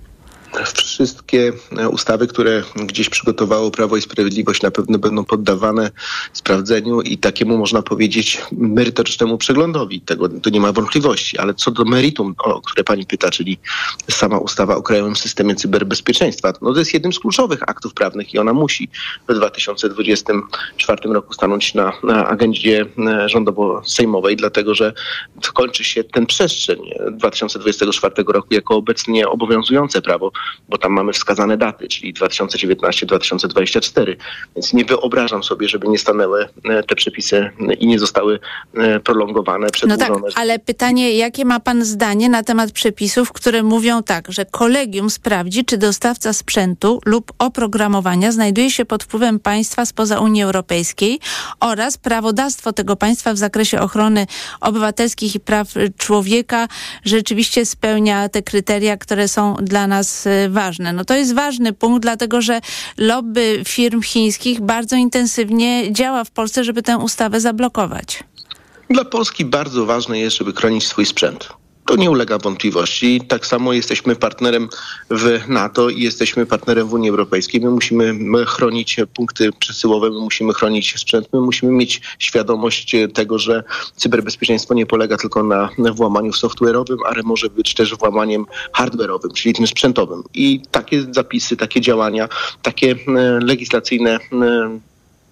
Wszystkie ustawy, które gdzieś przygotowało Prawo i Sprawiedliwość, na pewno będą poddawane sprawdzeniu i takiemu, można powiedzieć, merytorycznemu przeglądowi. Tego tu nie ma wątpliwości. Ale co do meritum, o które pani pyta, czyli sama ustawa o Krajowym Systemie Cyberbezpieczeństwa, no to jest jednym z kluczowych aktów prawnych i ona musi w dwa tysiące dwudziestym czwartym roku stanąć na, na agendzie rządowo-sejmowej, dlatego że kończy się ten przestrzeń dwa tysiące dwudziestego czwartego roku jako obecnie obowiązujące prawo, bo tam mamy wskazane daty, czyli dwa tysiące dziewiętnasty do dwa tysiące dwudziestego czwartego. Więc nie wyobrażam sobie, żeby nie stanęły te przepisy i nie zostały prolongowane, przedłużone. No tak, ale pytanie, jakie ma pan zdanie na temat przepisów, które mówią tak, że kolegium sprawdzi, czy dostawca sprzętu lub oprogramowania znajduje się pod wpływem państwa spoza Unii Europejskiej oraz prawodawstwo tego państwa w zakresie ochrony obywatelskich i praw człowieka rzeczywiście spełnia te kryteria, które są dla nas ważne. No to jest ważny punkt, dlatego że lobby firm chińskich bardzo intensywnie działa w Polsce, żeby tę ustawę zablokować. Dla Polski bardzo ważne jest, żeby chronić swój sprzęt. To nie ulega wątpliwości. Tak samo jesteśmy partnerem w NATO i jesteśmy partnerem w Unii Europejskiej. My musimy chronić punkty przesyłowe, my musimy chronić sprzęt, my musimy mieć świadomość tego, że cyberbezpieczeństwo nie polega tylko na włamaniu software'owym, ale może być też włamaniem hardware'owym, czyli tym sprzętowym. I takie zapisy, takie działania, takie legislacyjne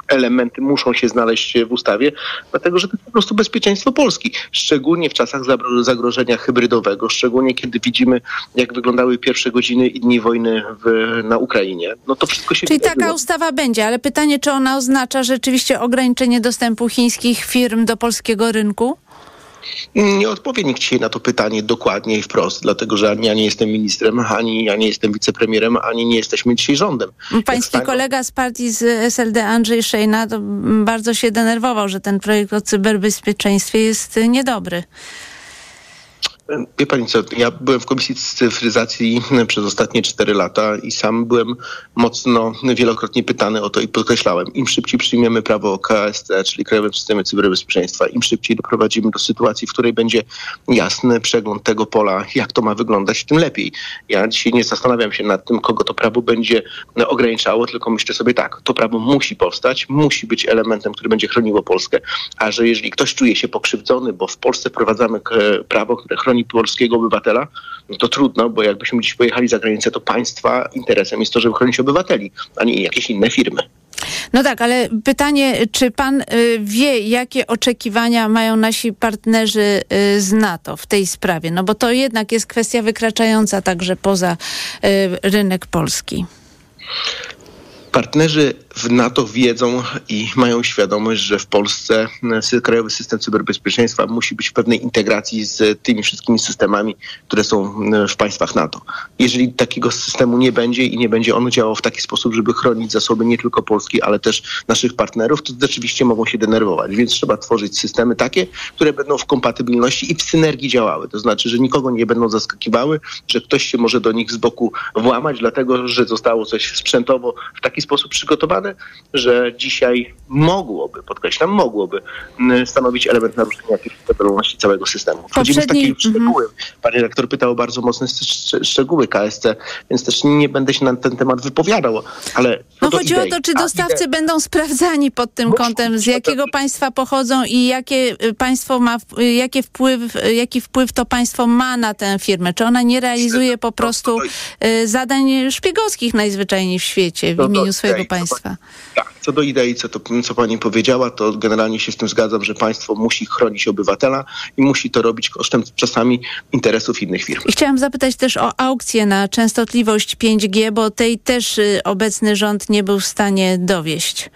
elementy muszą się znaleźć w ustawie, dlatego że to jest po prostu bezpieczeństwo Polski. Szczególnie w czasach zagrożenia hybrydowego, szczególnie kiedy widzimy, jak wyglądały pierwsze godziny i dni wojny w, na Ukrainie. No to wszystko się Czyli wydarzyło. taka ustawa będzie, ale pytanie, czy ona oznacza rzeczywiście ograniczenie dostępu chińskich firm do polskiego rynku? Nie odpowie nikt dzisiaj na to pytanie dokładnie i wprost, dlatego że ani ja nie jestem ministrem, ani ja nie jestem wicepremierem, ani nie jesteśmy dzisiaj rządem. Pański stanie... kolega z partii z S L D, Andrzej Szejna, to bardzo się denerwował, że ten projekt o cyberbezpieczeństwie jest niedobry. Wie pani co, ja byłem w Komisji Cyfryzacji przez ostatnie cztery lata i sam byłem mocno, wielokrotnie pytany o to i podkreślałem, im szybciej przyjmiemy prawo K S C, czyli Krajowym Systemie Cyberbezpieczeństwa, im szybciej doprowadzimy do sytuacji, w której będzie jasny przegląd tego pola, jak to ma wyglądać, tym lepiej. Ja dzisiaj nie zastanawiam się nad tym, kogo to prawo będzie ograniczało, tylko myślę sobie tak, to prawo musi powstać, musi być elementem, który będzie chroniło Polskę, a że jeżeli ktoś czuje się pokrzywdzony, bo w Polsce wprowadzamy prawo, które chroni polskiego obywatela, no to trudno, bo jakbyśmy dziś pojechali za granicę, to państwa interesem jest to, żeby chronić obywateli, a nie jakieś inne firmy. No tak, ale pytanie, czy pan y, wie, jakie oczekiwania mają nasi partnerzy y, z NATO w tej sprawie? No bo to jednak jest kwestia wykraczająca także poza y, rynek polski. Partnerzy w NATO wiedzą i mają świadomość, że w Polsce Krajowy System Cyberbezpieczeństwa musi być w pewnej integracji z tymi wszystkimi systemami, które są w państwach NATO. Jeżeli takiego systemu nie będzie i nie będzie on działał w taki sposób, żeby chronić zasoby nie tylko Polski, ale też naszych partnerów, to rzeczywiście mogą się denerwować. Więc trzeba tworzyć systemy takie, które będą w kompatybilności i w synergii działały. To znaczy, że nikogo nie będą zaskakiwały, że ktoś się może do nich z boku włamać, dlatego że zostało coś sprzętowo w taki sposób przygotowane, że dzisiaj mogłoby, podkreślam, mogłoby stanowić element naruszenia jakiejś stabilności całego systemu. Wchodzimy w takie szczegóły. Pan redaktor pytał o bardzo mocne sz- szczegóły K S C, więc też nie będę się na ten temat wypowiadał, ale... No chodzi o to, czy dostawcy ide... będą sprawdzani pod tym Muszą kątem, z jakiego to... państwa pochodzą i jakie państwo ma, jakie wpływ, jaki wpływ to państwo ma na tę firmę. Czy ona nie realizuje po prostu zadań szpiegowskich najzwyczajniej w świecie w imieniu swojego państwa? Tak, co do idei, co, to, co pani powiedziała, to generalnie się z tym zgadzam, że państwo musi chronić obywatela i musi to robić kosztem czasami interesów innych firm. I chciałam zapytać też o aukcję na częstotliwość pięć G, bo tej też y, obecny rząd nie był w stanie dowieść.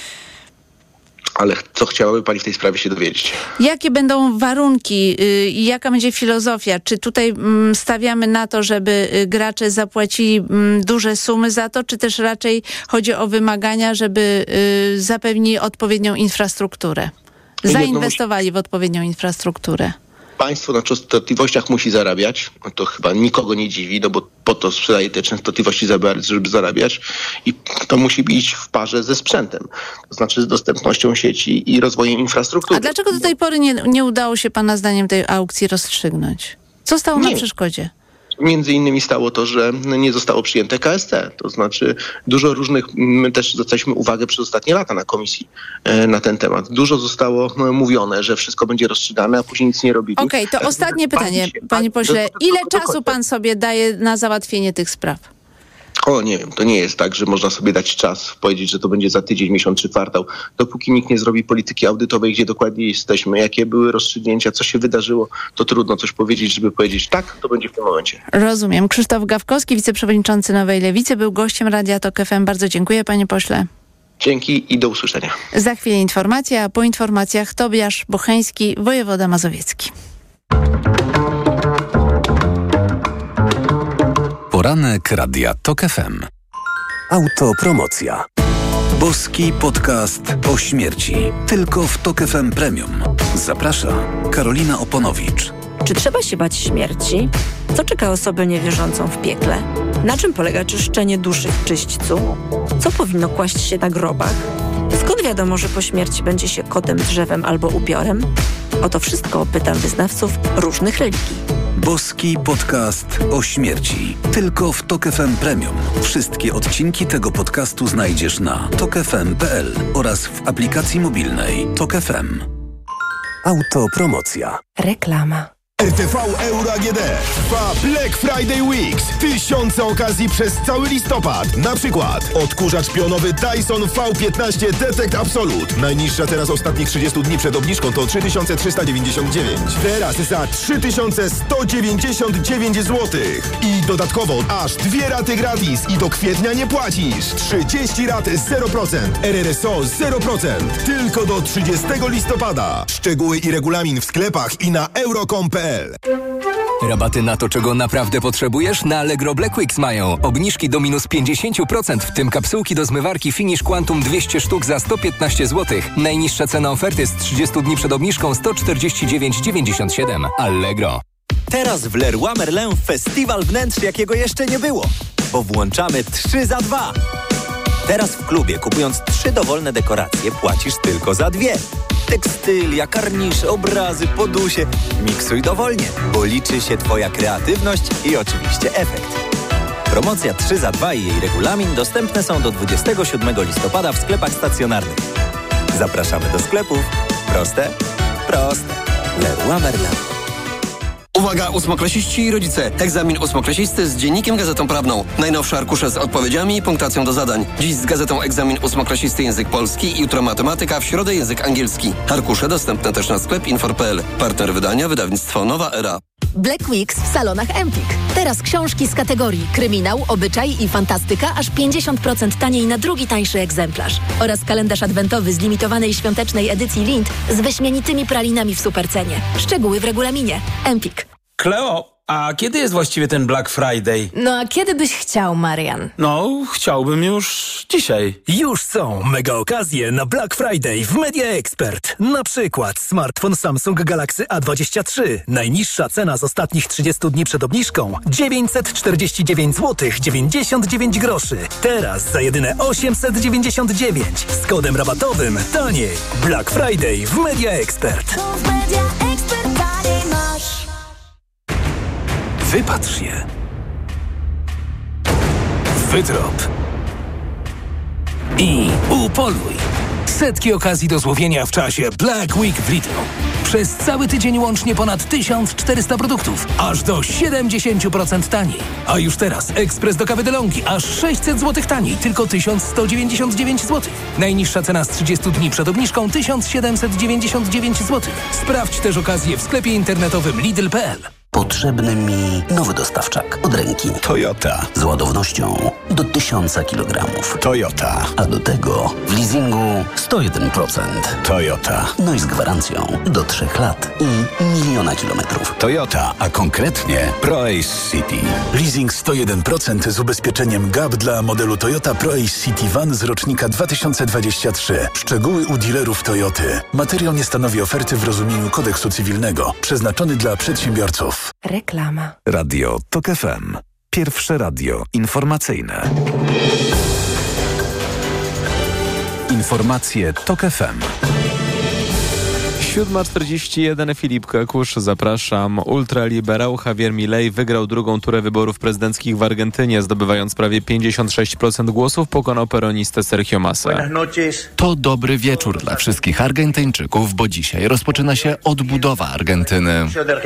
Ale co chciałaby pani w tej sprawie się dowiedzieć? Jakie będą warunki i yy, jaka będzie filozofia? Czy tutaj mm, stawiamy na to, żeby y, gracze zapłacili mm, duże sumy za to, czy też raczej chodzi o wymagania, żeby y, zapewnili odpowiednią infrastrukturę? Zainwestowali w odpowiednią infrastrukturę. Państwo na częstotliwościach musi zarabiać, no to chyba nikogo nie dziwi, no bo po to sprzedaje te częstotliwości, żeby zarabiać i to musi iść w parze ze sprzętem, to znaczy z dostępnością sieci i rozwojem infrastruktury. A dlaczego do tej pory nie, nie udało się pana zdaniem tej aukcji rozstrzygnąć? Co stało nie. na przeszkodzie? Między innymi stało to, że nie zostało przyjęte K S C. To znaczy dużo różnych, my też zwracaliśmy uwagę przez ostatnie lata na komisji e, na ten temat. Dużo zostało mówione, że wszystko będzie rozstrzygane, a później nic nie robili. Okej, okay, to ostatnie pytanie, panie pośle. Ile czasu pan sobie daje na załatwienie tych spraw? O, nie wiem, to nie jest tak, że można sobie dać czas, powiedzieć, że to będzie za tydzień, miesiąc czy kwartał. Dopóki nikt nie zrobi polityki audytowej, gdzie dokładnie jesteśmy, jakie były rozstrzygnięcia, co się wydarzyło, to trudno coś powiedzieć, żeby powiedzieć tak, to będzie w tym momencie. Rozumiem. Krzysztof Gawkowski, wiceprzewodniczący Nowej Lewicy, był gościem Radia Tok F M. Bardzo dziękuję, panie pośle. Dzięki i do usłyszenia. Za chwilę informacja, a po informacjach Tobiasz Bocheński, wojewoda mazowiecki. Poranek Radia Tok F M. Autopromocja. Boski podcast o śmierci. Tylko w Tok F M Premium. Zaprasza Karolina Oponowicz. Czy trzeba się bać śmierci? Co czeka osobę niewierzącą w piekle? Na czym polega czyszczenie duszy w czyśćcu? Co powinno kłaść się na grobach? Skąd wiadomo, że po śmierci będzie się kotem, drzewem albo upiorem? O to wszystko pytam wyznawców różnych religii. Boski podcast o śmierci. Tylko w Tok F M Premium. Wszystkie odcinki tego podcastu znajdziesz na tok f m kropka p l oraz w aplikacji mobilnej Tok F M. Autopromocja. Reklama. R T V Euro A G D trwa Black Friday Weeks. Tysiące okazji przez cały listopad. Na przykład odkurzacz pionowy Dyson V piętnaście Detect Absolute. Najniższa teraz ostatnich trzydziestu dni przed obniżką to trzy tysiące trzysta dziewięćdziesiąt dziewięć. Teraz za trzy tysiące sto dziewięćdziesiąt dziewięć złotych. I dodatkowo aż dwie raty gratis i do kwietnia nie płacisz. trzydzieści rat zero procent. R R S O zero procent. Tylko do trzydziestego listopada. Szczegóły i regulamin w sklepach i na euro kropka com kropka p l. Rabaty na to, czego naprawdę potrzebujesz? Na Allegro Black Weeks mają. Obniżki do minus pięćdziesiąt procent, w tym kapsułki do zmywarki Finish Quantum dwieście sztuk za sto piętnaście złotych. Najniższa cena oferty z trzydziestu dni przed obniżką sto czterdzieści dziewięć dziewięćdziesiąt siedem. Allegro. Teraz w Leroy Merlin festiwal wnętrz, jakiego jeszcze nie było. Bo włączamy trzy za dwa. Teraz w klubie, kupując trzy dowolne dekoracje, płacisz tylko za dwie. Tekstylia, karnisze, obrazy, podusie. Miksuj dowolnie, bo liczy się Twoja kreatywność i oczywiście efekt. Promocja trzy za dwa i jej regulamin dostępne są do dwudziestego siódmego listopada w sklepach stacjonarnych. Zapraszamy do sklepów. Proste? Proste. Leroy Merlin. Uwaga, ósmoklasiści i rodzice. Egzamin ósmoklasisty z Dziennikiem Gazetą Prawną. Najnowsze arkusze z odpowiedziami i punktacją do zadań. Dziś z gazetą egzamin ósmoklasisty język polski, jutro matematyka, w środę język angielski. Arkusze dostępne też na sklep infor kropka p l. Partner wydania wydawnictwo Nowa Era. Black Weeks w salonach Empik. Teraz książki z kategorii kryminał, obyczaj i fantastyka aż pięćdziesiąt procent taniej na drugi tańszy egzemplarz. Oraz kalendarz adwentowy z limitowanej świątecznej edycji Lind z wyśmienitymi pralinami w supercenie. Szczegóły w regulaminie. Empik. Kleo, a kiedy jest właściwie ten Black Friday? No a kiedy byś chciał, Marian? No, chciałbym już dzisiaj. Już są mega okazje na Black Friday w Media Expert. Na przykład smartfon Samsung Galaxy A dwadzieścia trzy. Najniższa cena z ostatnich trzydziestu dni przed obniżką dziewięćset czterdzieści dziewięć złotych dziewięćdziesiąt dziewięć groszy. Teraz za jedyne osiemset dziewięćdziesiąt dziewięć. Z kodem rabatowym taniej. Black Friday w Media Expert. W Media Expert taniej masz. Wypatrz je. Wydrop. I upoluj. Setki okazji do złowienia w czasie Black Week w Lidlu. Przez cały tydzień łącznie ponad tysiąc czterysta produktów, aż do siedemdziesiąt procent taniej. A już teraz ekspres do kawy DeLonghi aż sześćset złotych taniej, tylko tysiąc sto dziewięćdziesiąt dziewięć złotych. Najniższa cena z trzydziestu dni przed obniżką tysiąc siedemset dziewięćdziesiąt dziewięć złotych. Sprawdź też okazję w sklepie internetowym lidl kropka p l. Potrzebny mi nowy dostawczak od ręki. Toyota. Z ładownością do tysiąca kilogramów. Toyota. A do tego w leasingu sto jeden procent. Toyota. No i z gwarancją do trzech lat i miliona kilometrów. Toyota, a konkretnie ProAce City. Leasing sto jeden procent z ubezpieczeniem G A P dla modelu Toyota ProAce City Van z rocznika dwa tysiące dwudziestego trzeciego. Szczegóły u dealerów Toyoty. Materiał nie stanowi oferty w rozumieniu kodeksu cywilnego. Przeznaczony dla przedsiębiorców. Reklama. Radio TOK F M. Pierwsze radio informacyjne. Informacje TOK F M. siódma czterdzieści jeden, Filip Kakusz, zapraszam. Ultraliberał Javier Milei wygrał drugą turę wyborów prezydenckich w Argentynie, zdobywając prawie pięćdziesiąt sześć procent głosów, pokonał peronistę Sergio Massę. To dobry wieczór dla wszystkich Argentyńczyków, bo dzisiaj rozpoczyna się odbudowa Argentyny.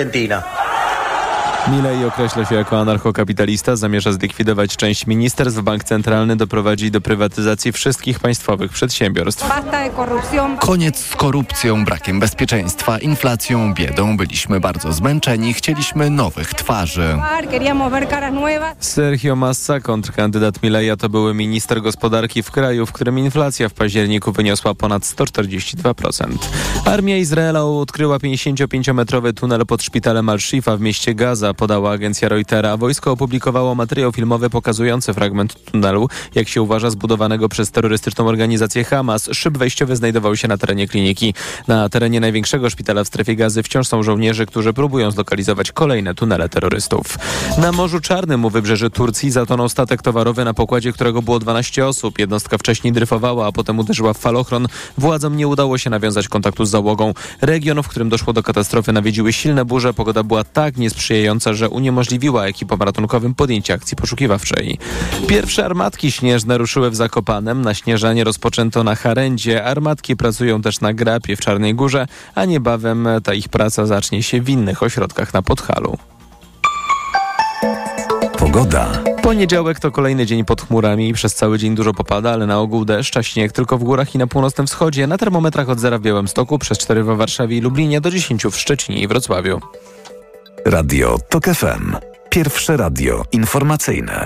Milei określa się jako anarchokapitalista, zamierza zlikwidować część ministerstw, bank centralny doprowadzi do prywatyzacji wszystkich państwowych przedsiębiorstw. Koniec z korupcją, brakiem bezpieczeństwa, inflacją, biedą. Byliśmy bardzo zmęczeni, chcieliśmy nowych twarzy. Sergio Massa, kontrkandydat Mileja, to były minister gospodarki w kraju, w którym inflacja w październiku wyniosła ponad sto czterdzieści dwa procent. Armia Izraela odkryła pięćdziesięciopięciometrowy tunel pod szpitalem Al-Shifa w mieście Gaza, podała agencja Reutera. Wojsko opublikowało materiał filmowy pokazujący fragment tunelu, jak się uważa, zbudowanego przez terrorystyczną organizację Hamas. Szyb wejściowy znajdował się na terenie kliniki. Na terenie największego szpitala w strefie Gazy wciąż są żołnierze, którzy próbują zlokalizować kolejne tunele terrorystów. Na Morzu Czarnym u wybrzeży Turcji zatonął statek towarowy, na pokładzie którego było dwanaście osób. Jednostka wcześniej dryfowała, a potem uderzyła w falochron. Władzom nie udało się nawiązać kontaktu z załogą. Region, w którym doszło do katastrofy, nawiedziły silne burze. Pogoda była tak niesprzyjająca, twierdząca, że uniemożliwiła ekipom ratunkowym podjęcie akcji poszukiwawczej. Pierwsze armatki śnieżne ruszyły w Zakopanem. Na śnieżanie rozpoczęto na Charędzie. Armatki pracują też na Grapie w Czarnej Górze, a niebawem ta ich praca zacznie się w innych ośrodkach na Podhalu. Pogoda. Poniedziałek to kolejny dzień pod chmurami. Przez cały dzień dużo popada, ale na ogół deszcz, a śnieg tylko w górach i na północnym wschodzie. Na termometrach od zera w Białymstoku, przez cztery we Warszawie i Lublinie, do dziesięciu w Szczecinie i Wrocławiu. Radio TOK F M. Pierwsze radio informacyjne.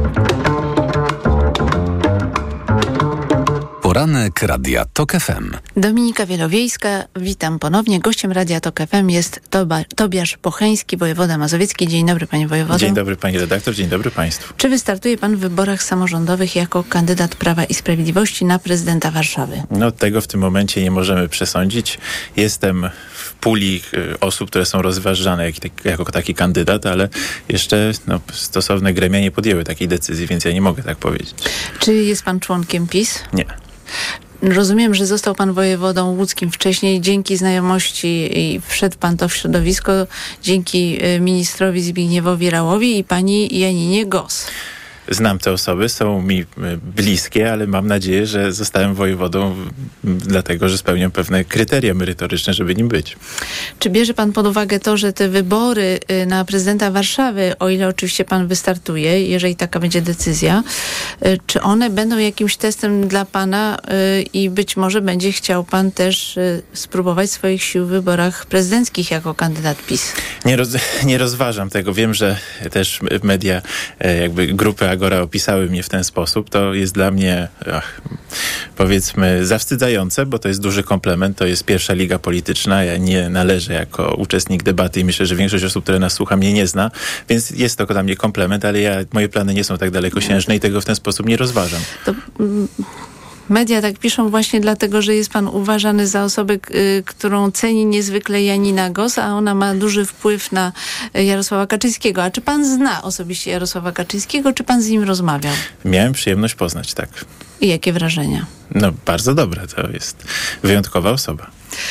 Poranek Radia TOK F M. Dominika Wielowiejska, witam ponownie. Gościem Radia TOK F M jest Toba, Tobiasz Pocheński, wojewoda mazowiecki. Dzień dobry, panie wojewodo. Dzień dobry, pani redaktor, dzień dobry państwu. Czy wystartuje pan w wyborach samorządowych jako kandydat Prawa i Sprawiedliwości na prezydenta Warszawy? No tego w tym momencie nie możemy przesądzić. Jestem w puli osób, które są rozważane jak, jako taki kandydat, ale jeszcze no, stosowne gremia nie podjęły takiej decyzji, więc ja nie mogę tak powiedzieć. Czy jest pan członkiem PiS? Nie. Rozumiem, że został pan wojewodą łódzkim wcześniej dzięki znajomości i wszedł pan to w środowisko dzięki ministrowi Zbigniewowi Rałowi i pani Janinie Gos. Znam te osoby, są mi bliskie, ale mam nadzieję, że zostałem wojewodą dlatego, że spełniam pewne kryteria merytoryczne, żeby nim być. Czy bierze pan pod uwagę to, że te wybory na prezydenta Warszawy, o ile oczywiście pan wystartuje, jeżeli taka będzie decyzja, czy one będą jakimś testem dla pana i być może będzie chciał pan też spróbować swoich sił w wyborach prezydenckich jako kandydat PiS? Nie, roz, nie rozważam tego. Wiem, że też media, jakby grupy Agora opisały mnie w ten sposób. To jest dla mnie, ach, powiedzmy, zawstydzające, bo to jest duży komplement. To jest pierwsza liga polityczna. Ja nie należę jako uczestnik debaty i myślę, że większość osób, które nas słucha, mnie nie zna. Więc jest to dla mnie komplement, ale ja, moje plany nie są tak dalekosiężne i tego w ten sposób nie rozważam. To... Mm. Media tak piszą właśnie dlatego, że jest pan uważany za osobę, y, którą ceni niezwykle Janina Gos, a ona ma duży wpływ na Jarosława Kaczyńskiego. A czy pan zna osobiście Jarosława Kaczyńskiego, czy pan z nim rozmawiał? Miałem przyjemność poznać, tak. I jakie wrażenia? No bardzo dobre, to jest wyjątkowa osoba.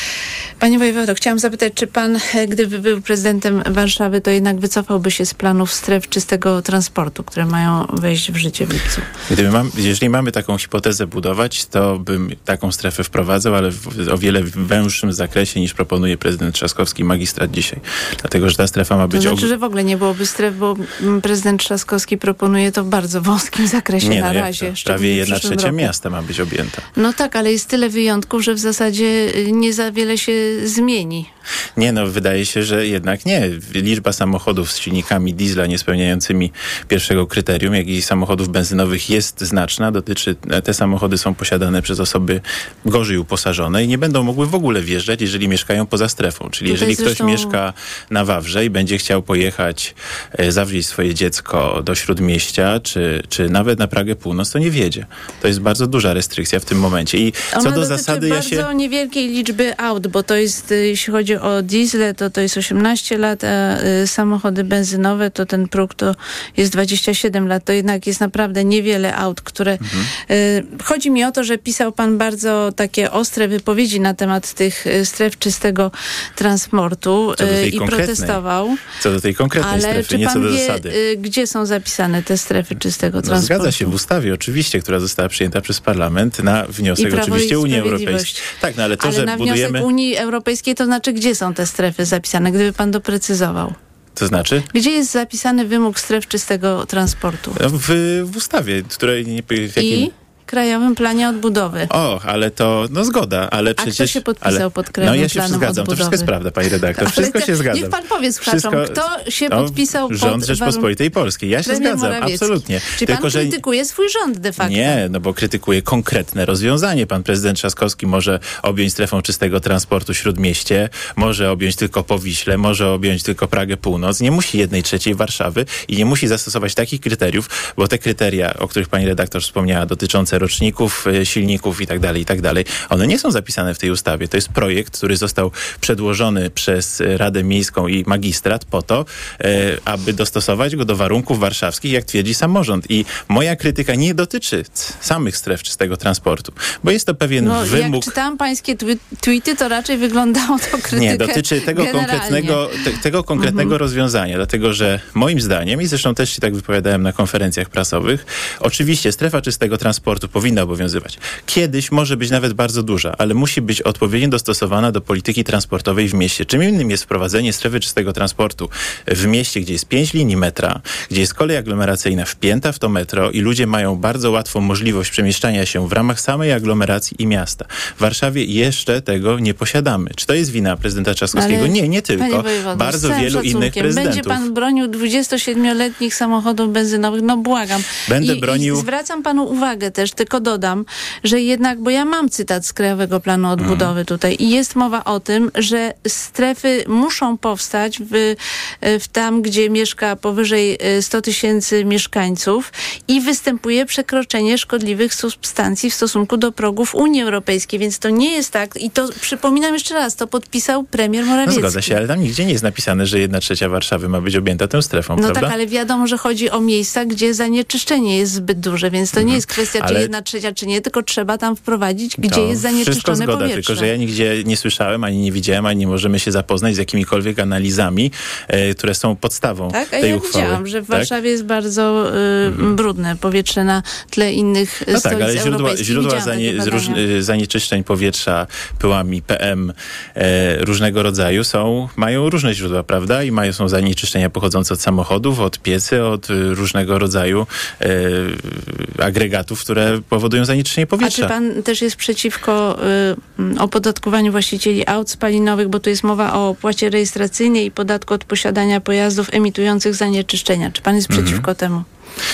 Panie wojewodo, chciałam zapytać, czy pan, gdyby był prezydentem Warszawy, to jednak wycofałby się z planów stref czystego transportu, które mają wejść w życie w lipcu? Gdyby mam, jeżeli mamy taką hipotezę budować, to bym taką strefę wprowadzał, ale w o wiele węższym zakresie niż proponuje prezydent Trzaskowski i magistrat dzisiaj. Dlatego, że ta strefa ma być... To znaczy, og... że w ogóle nie byłoby stref, bo prezydent Trzaskowski proponuje to w bardzo wąskim zakresie nie, na no razie. Prawie jedna trzecia miasta ma być objęta. No tak, ale jest tyle wyjątków, że w zasadzie nie za wiele się zmieni. Nie, no wydaje się, że jednak nie. Liczba samochodów z silnikami diesla nie spełniającymi pierwszego kryterium, jak i samochodów benzynowych jest znaczna. Dotyczy, te samochody są posiadane przez osoby gorzej uposażone i nie będą mogły w ogóle wjeżdżać, jeżeli mieszkają poza strefą. Czyli Tutaj jeżeli zresztą... ktoś mieszka na Wawrze i będzie chciał pojechać, e, zawieźć swoje dziecko do Śródmieścia, czy, czy nawet na Pragę Północ, to nie wjedzie. To jest bardzo duża restrykcja w tym momencie. I Ona co do dotyczy zasady ja bardzo się... niewielkiej liczby aut, bo to jest, jeśli chodzi o diesle, to to jest osiemnaście lat, a y, samochody benzynowe, to ten próg to jest dwadzieścia siedem lat. To jednak jest naprawdę niewiele aut, które... Mhm. Y, chodzi mi o to, że pisał pan bardzo takie ostre wypowiedzi na temat tych y, stref czystego transportu y, i protestował. Co do tej konkretnej ale strefy, nie co do wie, zasady. Y, gdzie są zapisane te strefy czystego No, transportu? zgadza się w ustawie, oczywiście, która została przyjęta przez parlament na wniosek oczywiście Unii Europejskiej. Tak, no ale to, ale że na budujemy... wniosek Unii Europejskiej, to znaczy, gdzie są te strefy zapisane, gdyby pan doprecyzował? To znaczy? Gdzie jest zapisany wymóg stref czystego transportu? W, w ustawie, której... Nie, w jakim... I? Krajowym Planie Odbudowy. O, ale to, no zgoda, ale A przecież... kto się podpisał ale, pod Krajowym No ja się Planem zgadzam, Odbudowy? to wszystko jest prawda, pani redaktor, wszystko ale się zgadza. Niech pan powie słuchaczom, kto się no, podpisał pod... Rząd Rzeczpospolitej Polskiej, ja się Premier zgadzam, Morawiecki. absolutnie. Czy Tylko, pan że... krytykuje swój rząd de facto? Nie, no bo krytykuje konkretne rozwiązanie. Pan prezydent Trzaskowski może objąć strefą czystego transportu Śródmieście, może objąć tylko Powiśle, może objąć tylko Pragę Północ, nie musi jednej trzeciej Warszawy i nie musi zastosować takich kryteriów, bo te kryteria, o których pani redaktor wspomniała, dotyczące roczników silników i tak dalej, i tak dalej. One nie są zapisane w tej ustawie. To jest projekt, który został przedłożony przez Radę Miejską i magistrat po to, aby dostosować go do warunków warszawskich, jak twierdzi samorząd. I moja krytyka nie dotyczy samych stref czystego transportu, bo jest to pewien no, wymóg. Jak czytałam pańskie twi- tweety, to raczej wyglądało to krytykę Nie, dotyczy tego generalnie. konkretnego, te, tego konkretnego mhm. rozwiązania, dlatego że moim zdaniem, i zresztą też się tak wypowiadałem na konferencjach prasowych, oczywiście strefa czystego transportu powinna obowiązywać. Kiedyś może być nawet bardzo duża, ale musi być odpowiednio dostosowana do polityki transportowej w mieście. Czym innym jest wprowadzenie strefy czystego transportu w mieście, gdzie jest pięć linii metra, gdzie jest kolej aglomeracyjna wpięta w to metro i ludzie mają bardzo łatwą możliwość przemieszczania się w ramach samej aglomeracji i miasta. W Warszawie jeszcze tego nie posiadamy. Czy to jest wina prezydenta Trzaskowskiego? Ale, nie, nie tylko. Wojewodo, bardzo wielu szacunkiem. innych prezydentów. Będzie pan bronił dwudziestosiedmioletnich samochodów benzynowych? No błagam. Będę I, bronił... I zwracam panu uwagę też, tylko dodam, że jednak, bo ja mam cytat z Krajowego Planu Odbudowy mm. tutaj i jest mowa o tym, że strefy muszą powstać w, w tam, gdzie mieszka powyżej sto tysięcy mieszkańców i występuje przekroczenie szkodliwych substancji w stosunku do progów Unii Europejskiej, więc to nie jest tak i to przypominam jeszcze raz, to podpisał premier Morawiecki. No zgadza się, ale tam nigdzie nie jest napisane, że jedna trzecia Warszawy ma być objęta tą strefą, no prawda? tak, ale wiadomo, że chodzi o miejsca, gdzie zanieczyszczenie jest zbyt duże, więc to nie jest kwestia, ale... czy jedna trzecia, czy nie, tylko trzeba tam wprowadzić, gdzie to jest zanieczyszczone wszystko zgoda, powietrze. Tylko że ja nigdzie nie słyszałem, ani nie widziałem, ani nie możemy się zapoznać z jakimikolwiek analizami, e, które są podstawą tak? tej A ja uchwały. widziałam, że w tak? Warszawie jest bardzo y, mm. brudne powietrze na tle innych no stolic tak, ale źródła, źródła zanie, róż, zanieczyszczeń powietrza pyłami P M e, różnego rodzaju są, mają różne źródła, prawda? I mają, są zanieczyszczenia pochodzące od samochodów, od piecy, od y, różnego rodzaju e, agregatów, które powodują zanieczyszczenie powietrza. A czy pan też jest przeciwko y, opodatkowaniu właścicieli aut spalinowych, bo tu jest mowa o opłacie rejestracyjnej i podatku od posiadania pojazdów emitujących zanieczyszczenia. Czy pan jest mhm. przeciwko temu?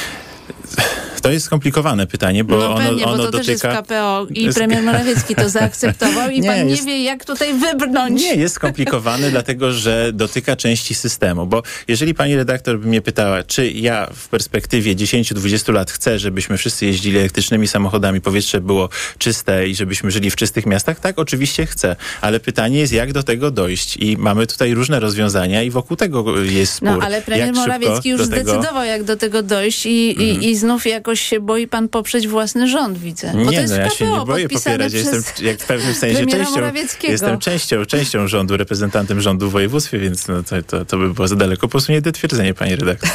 To jest skomplikowane pytanie, bo no ono, pewnie, ono bo to dotyka... też jest w K P O i premier Morawiecki to zaakceptował i nie, pan nie jest... wie, jak tutaj wybrnąć. Nie, jest skomplikowany, dlatego że dotyka części systemu, bo jeżeli pani redaktor by mnie pytała, czy ja w perspektywie dziesięć do dwudziestu lat chcę, żebyśmy wszyscy jeździli elektrycznymi samochodami, powietrze było czyste i żebyśmy żyli w czystych miastach, tak, oczywiście chcę, ale pytanie jest, jak do tego dojść i mamy tutaj różne rozwiązania i wokół tego jest spór. No, ale premier Morawiecki już zdecydował, tego... jak do tego dojść i, mm. i, i znów jakoś się boi pan poprzeć własny rząd, widzę. Bo nie, to jest no ja się nie boję popierać. Ja jestem jak w pewnym sensie częścią, jestem częścią, częścią rządu, reprezentantem rządu w województwie, więc no to, to, to by było za daleko posunięte twierdzenie, pani redaktor.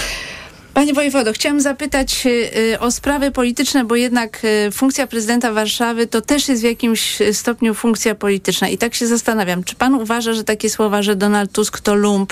Panie wojewodo, chciałam zapytać y, o sprawy polityczne, bo jednak y, funkcja prezydenta Warszawy to też jest w jakimś stopniu funkcja polityczna. I tak się zastanawiam, czy pan uważa, że takie słowa, że Donald Tusk to lump,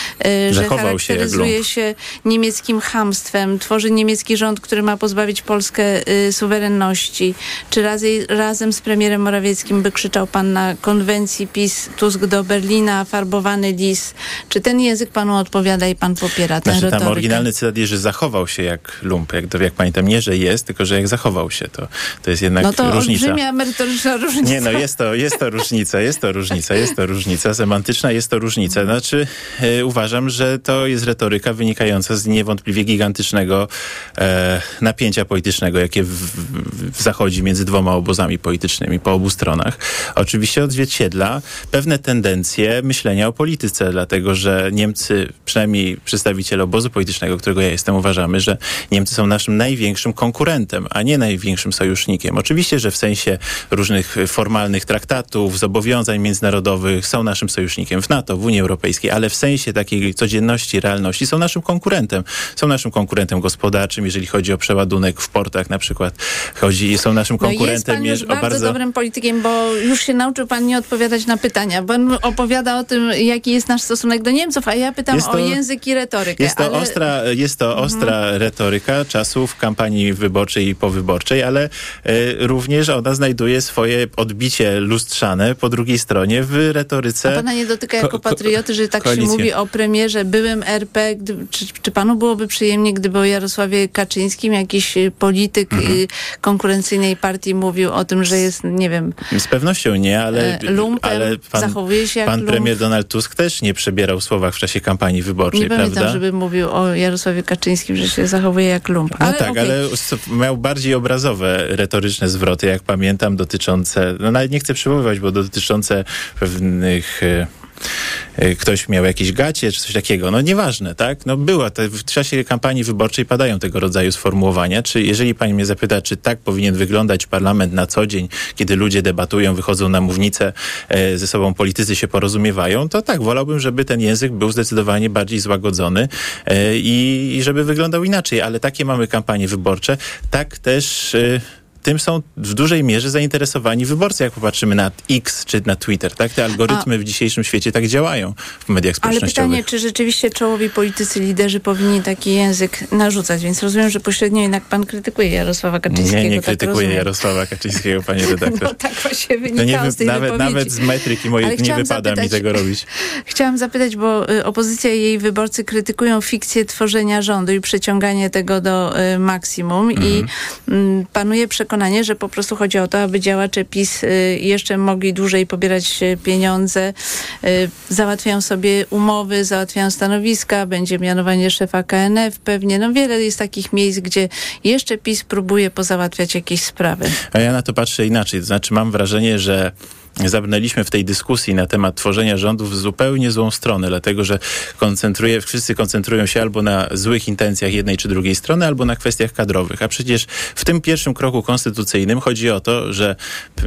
y, że charakteryzuje się, się niemieckim chamstwem, tworzy niemiecki rząd, który ma pozbawić Polskę y, suwerenności, czy razy, razem z premierem Morawieckim by krzyczał pan na konwencji PiS Tusk do Berlina, farbowany lis. Czy ten język panu odpowiada i pan popiera tę znaczy, retorykę? Tam oryginalny cytat jest, że zachował się jak lump, jak, jak pamiętam, nie, że jest, tylko że jak zachował się, to, to jest jednak no to różnica. olbrzymia merytoryczna różnica. Nie, no jest to, jest to różnica, jest to różnica, jest to różnica, semantyczna jest to różnica. Znaczy e, uważam, że to jest retoryka wynikająca z niewątpliwie gigantycznego e, napięcia politycznego, jakie w, w, zachodzi między dwoma obozami politycznymi po obu stronach. Oczywiście odzwierciedla pewne tendencje myślenia o polityce, dlatego że Niemcy, przynajmniej przedstawiciele obozu politycznego, którego ja jestem, uważamy, że Niemcy są naszym największym konkurentem, a nie największym sojusznikiem. Oczywiście, że w sensie różnych formalnych traktatów, zobowiązań międzynarodowych są naszym sojusznikiem w NATO, w Unii Europejskiej, ale w sensie takiej codzienności, realności są naszym konkurentem. Są naszym konkurentem gospodarczym, jeżeli chodzi o przeładunek w portach na przykład. Chodzi, są naszym konkurentem. No jest pan już o bardzo, bardzo dobrym politykiem, bo już się nauczył pan nie odpowiadać na pytania. Pan opowiada o tym, jaki jest nasz stosunek do Niemców, a ja pytam to, o język i retorykę. Jest to ale... ostra, jest to ostra mhm. retoryka czasów kampanii wyborczej i powyborczej, ale y, również ona znajduje swoje odbicie lustrzane po drugiej stronie w retoryce. A pana nie dotyka jako patrioty, że tak koalicję. Się mówi o premierze, byłym R P. Gdy, czy, czy panu byłoby przyjemnie, gdyby o Jarosławie Kaczyńskim jakiś polityk mhm. y, konkurencyjnej partii mówił o tym, że jest, nie wiem... Z pewnością nie, ale, lumpem, ale pan, zachowuje się jak pan lump. premier Donald Tusk też nie przebierał w słowach w czasie kampanii wyborczej, nie prawda? Nie pamiętam, żeby mówił o Jarosławie Kaczyńskim Kaczyńskim, że się zachowuje jak lump. No ale, tak, okay. ale miał bardziej obrazowe, retoryczne zwroty, jak pamiętam, dotyczące, no nawet nie chcę przywoływać, bo dotyczące pewnych... ktoś miał jakieś gacie, czy coś takiego. No nieważne, tak? No była, te, w czasie kampanii wyborczej padają tego rodzaju sformułowania. Czy jeżeli pani mnie zapyta, czy tak powinien wyglądać parlament na co dzień, kiedy ludzie debatują, wychodzą na mównicę, e, ze sobą politycy się porozumiewają, to tak, wolałbym, żeby ten język był zdecydowanie bardziej złagodzony e, i, i żeby wyglądał inaczej. Ale takie mamy kampanie wyborcze. Tak też... E, tym są w dużej mierze zainteresowani wyborcy, jak popatrzymy na X czy na Twitter. Tak? Te algorytmy A, w dzisiejszym świecie tak działają w mediach społecznościowych. Ale pytanie, czy rzeczywiście czołowi politycy, liderzy powinni taki język narzucać? Więc rozumiem, że pośrednio jednak pan krytykuje Jarosława Kaczyńskiego. Nie, nie tak krytykuję rozumiem. Jarosława Kaczyńskiego, panie redaktor. No tak właśnie wynikało nie, z tej nawet, wypowiedzi. nawet z metryki mojej nie wypada zapytać, mi tego robić. Chciałam zapytać, bo y, opozycja i jej wyborcy krytykują fikcję tworzenia rządu i przeciąganie tego do y, maksimum mm. i y, panuje przekonanie, że po prostu chodzi o to, aby działacze PiS y, jeszcze mogli dłużej pobierać y, pieniądze, y, załatwiają sobie umowy, załatwiają stanowiska, będzie mianowanie szefa K N F pewnie. No wiele jest takich miejsc, gdzie jeszcze PiS próbuje pozałatwiać jakieś sprawy. A ja na to patrzę inaczej. To znaczy mam wrażenie, że zabrnęliśmy w tej dyskusji na temat tworzenia rządów w zupełnie złą stronę, dlatego że koncentruje, wszyscy koncentrują się albo na złych intencjach jednej czy drugiej strony, albo na kwestiach kadrowych. A przecież w tym pierwszym kroku konstytucyjnym chodzi o to, że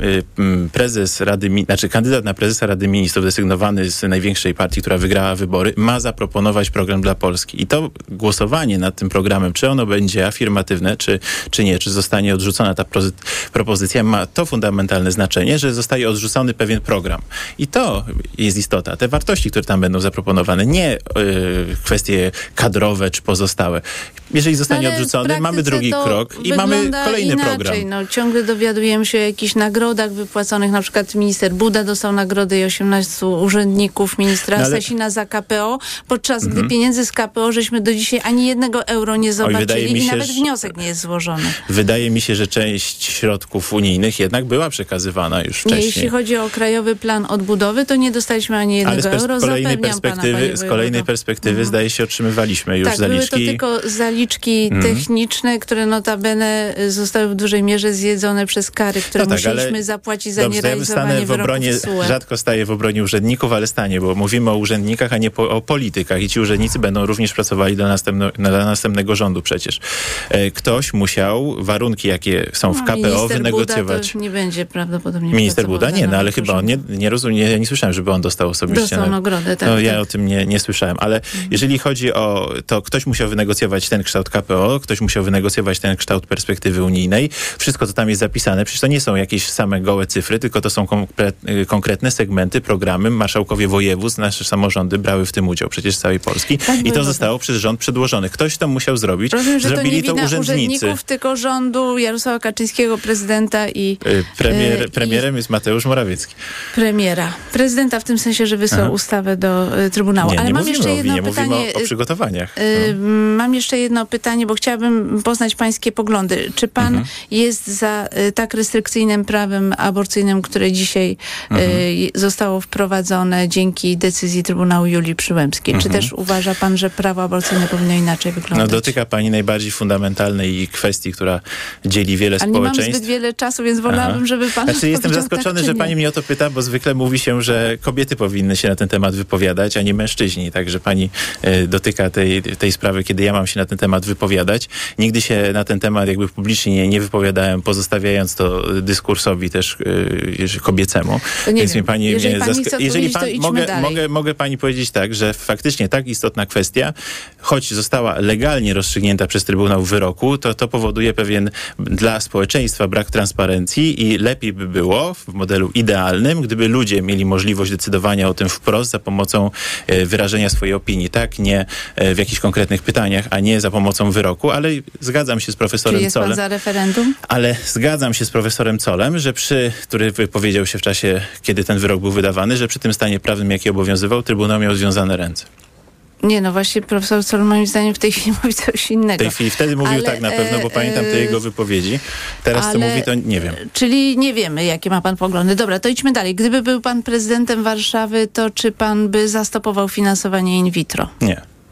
prezes Rady, znaczy kandydat na prezesa Rady Ministrów desygnowany z największej partii, która wygrała wybory, ma zaproponować program dla Polski. I to głosowanie nad tym programem, czy ono będzie afirmatywne, czy, czy nie, czy zostanie odrzucona ta propozycja, ma to fundamentalne znaczenie, że zostaje odrzucona pewien program. I to jest istota. Te wartości, które tam będą zaproponowane, nie y, kwestie kadrowe czy pozostałe. Jeżeli zostanie Ale odrzucony, mamy drugi krok i mamy kolejny inaczej. program. No, ciągle dowiadujemy się o jakichś nagrodach wypłaconych. Na przykład minister Buda dostał nagrodę i osiemnastu urzędników ministra no, ale... Sasina za K P O, podczas mhm. gdy pieniędzy z K P O żeśmy do dzisiaj ani jednego euro nie zobaczyli Oj, i się, nawet wniosek nie jest złożony. Wydaje mi się, że część środków unijnych jednak była przekazywana już wcześniej. Nie, jeśli chodzi o Krajowy Plan Odbudowy, to nie dostaliśmy ani jednego Ale z euro. kolejnej perspektywy, pana, z kolejnej perspektywy mhm. zdaje się otrzymywaliśmy już tak, zaliczki. Tak, były to tylko zaliczki mhm. techniczne, które notabene zostały w dużej mierze zjedzone przez kary, które no tak, musieliśmy zapłacić za dobrze, nierealizowanie ja w obronie, S U E. rzadko staję w obronie urzędników, ale stanie, bo mówimy o urzędnikach, a nie po, o politykach i ci urzędnicy będą również pracowali do, następno, dla następnego rządu przecież. E, ktoś musiał warunki, jakie są w no, K P O, wynegocjować. Buda to nie będzie prawdopodobnie Minister Buda? Nie, no ale chyba on nie, nie rozumiem, nie, nie słyszałem, żeby on dostał osobiście. Dostał nagrodę, tak. No, tak. Ja o tym nie, nie słyszałem, ale mhm. jeżeli chodzi o to, ktoś musiał wynegocjować ten kształt K P O, ktoś musiał wynegocjować ten kształt perspektywy unijnej, wszystko, co tam jest zapisane, przecież to nie są jakieś same gołe cyfry, tylko to są konkre- konkretne segmenty, programy, marszałkowie województw, nasze samorządy brały w tym udział, przecież z całej Polski tak i to zostało przez rząd przedłożone. Ktoś to musiał zrobić, rozumiem, że zrobili to, nie to urzędnicy. urzędników, tylko rządu Jarosława Kaczyńskiego, prezydenta i... Premier, y, premierem i jest Mateusz Morawiecki. Premiera. Prezydenta w tym sensie, że wysłał Aha. ustawę do y, Trybunału. Nie, Ale nie mam jeszcze jedno nie pytanie. Mówimy o, o przygotowaniach. Y, no. Mam jeszcze jedno pytanie, bo chciałabym poznać pańskie poglądy. Czy pan mhm. jest za y, tak restrykcyjnym prawem aborcyjnym, które dzisiaj mhm. y, zostało wprowadzone dzięki decyzji Trybunału Julii Przyłębskiej? Mhm. Czy też uważa pan, że prawo aborcyjne powinno inaczej wyglądać? No dotyka pani najbardziej fundamentalnej kwestii, która dzieli wiele Ale społeczeństw. nie mam zbyt wiele czasu, więc wolałabym, Aha. żeby pan Znaczy jestem zaskoczony, tak, że pani mnie o to pyta, bo zwykle mówi się, że kobiety powinny się na ten temat wypowiadać, a nie mężczyźni. Także pani e, dotyka tej, tej sprawy, kiedy ja mam się na ten temat wypowiadać. Nigdy się na ten temat jakby publicznie nie, nie wypowiadałem, pozostawiając to dyskursowi też e, kobiecemu. To nie Więc wiem. mnie pani, jeżeli mnie pani zask- chce jeżeli pan, to mogę, dalej. mogę, mogę pani powiedzieć tak, że faktycznie tak istotna kwestia, choć została legalnie rozstrzygnięta przez Trybunał w wyroku, to to powoduje pewien dla społeczeństwa brak transparencji i lepiej by było w modelu idealnym, gdyby ludzie mieli możliwość decydowania o tym wprost za pomocą e, wyrażenia swojej opinii, tak? Nie e, w jakichś konkretnych pytaniach, a nie za pomocą wyroku, ale zgadzam się z profesorem Czy jest Colem. pan za referendum? Ale zgadzam się z profesorem Colem, że przy, który wypowiedział się w czasie, kiedy ten wyrok był wydawany, że przy tym stanie prawnym, jaki obowiązywał, Trybunał miał związane ręce. Nie, no właśnie profesor Sol moim zdaniem w tej chwili mówi coś innego. W tej chwili wtedy mówił ale, tak na pewno, bo e, pamiętam te jego wypowiedzi. Teraz ale, co mówi, to nie wiem. Czyli nie wiemy, jakie ma pan poglądy. Dobra, to idźmy dalej. Gdyby był pan prezydentem Warszawy, to czy pan by zastopował finansowanie in vitro? Nie.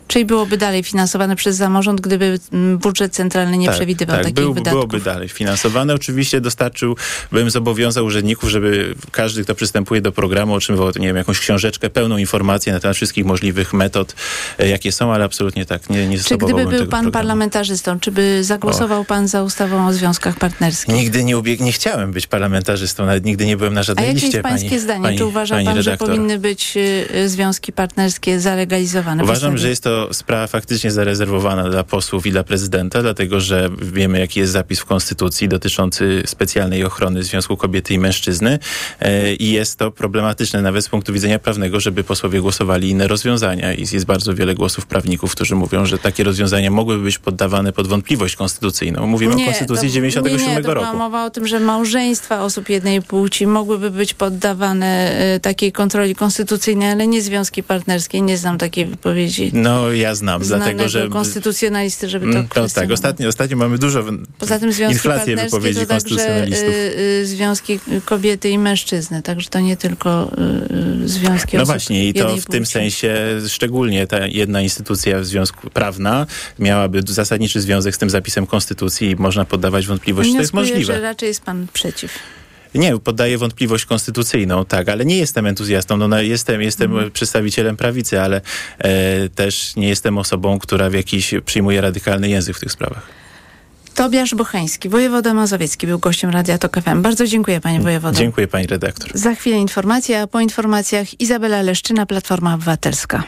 Czyli byłoby dalej finansowane przez samorząd, gdyby budżet centralny nie tak, przewidywał tak, takich był, wydatków. Byłoby dalej finansowane. Oczywiście dostarczyłbym, zobowiązał urzędników, żeby każdy, kto przystępuje do programu, otrzymywał, nie wiem, jakąś książeczkę, pełną informację na temat wszystkich możliwych metod, jakie są, ale absolutnie tak, nie, nie Czy gdyby był pan programu. parlamentarzystą, czy by zagłosował o. pan za ustawą o związkach partnerskich? Nigdy nie, ubieg- nie chciałem być parlamentarzystą, nawet nigdy nie byłem na żadnej liście. A jakie liście, jest pańskie pani, zdanie? pani, czy uważa pani pan, redaktor? że powinny być y, związki partnerskie zalegalizowane? Uważam, że jest to sprawa faktycznie zarezerwowana dla posłów i dla prezydenta, dlatego że wiemy, jaki jest zapis w Konstytucji dotyczący specjalnej ochrony Związku Kobiety i Mężczyzny e, i jest to problematyczne nawet z punktu widzenia prawnego, żeby posłowie głosowali inne rozwiązania i jest bardzo wiele głosów prawników, którzy mówią, że takie rozwiązania mogłyby być poddawane pod wątpliwość konstytucyjną. Mówimy nie, o Konstytucji dziewięćdziesiątego siódmego roku. Nie, to mowa o tym, że małżeństwa osób jednej płci mogłyby być poddawane y, takiej kontroli konstytucyjnej, ale nie związki partnerskie. Nie znam takiej wypowiedzi. No ja znam, dlatego że konstytucjonalisty, żeby to no, tak, ostatnio, ostatnio mamy dużo Poza tym związki inflację wypowiedzi to konstytucjonalistów. Także, y, y, związki kobiety i mężczyzny, także to nie tylko y, związki No osób właśnie i to w płci. tym sensie szczególnie ta jedna instytucja w związku prawna miałaby zasadniczy związek z tym zapisem konstytucji i można poddawać wątpliwość, czy to jest możliwe. Że raczej jest pan przeciw. Nie, poddaję wątpliwość konstytucyjną, tak, ale nie jestem entuzjastą. No, no, jestem jestem mm. przedstawicielem prawicy, ale e, też nie jestem osobą, która w jakiś przyjmuje radykalny język w tych sprawach. Tobiasz Bocheński, wojewoda mazowiecki, był gościem Radia Tok F M. Bardzo dziękuję, panie wojewodo. Dziękuję, pani redaktor. Za chwilę informacje, a po informacjach Izabela Leszczyna, Platforma Obywatelska.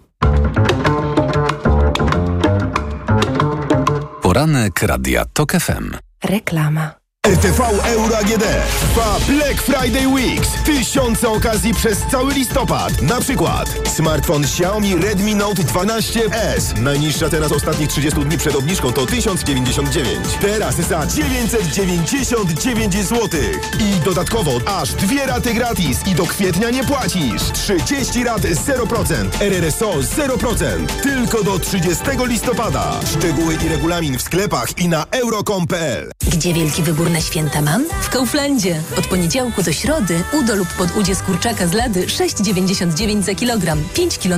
Poranek Radia Tok F M. Reklama. R T V Euro A G D trwa Black Friday Weeks. Tysiące okazji przez cały listopad. Na przykład smartfon Xiaomi Redmi Note dwanaście S. Najniższa cena z ostatnich trzydziestu dni przed obniżką to tysiąc dziewięćdziesiąt dziewięć. Teraz za dziewięćset dziewięćdziesiąt dziewięć złotych. I dodatkowo aż dwie raty gratis i do kwietnia nie płacisz. trzydzieści rat zero procent. R R S O zero procent. Tylko do trzydziestego listopada. Szczegóły i regulamin w sklepach i na euro kropka com kropka p l. Gdzie wielki wybór na święta mam? W Kauflandzie. Od poniedziałku do środy udo lub pod udzie z kurczaka z lady sześć dziewięćdziesiąt dziewięć za kilogram. pięć kilo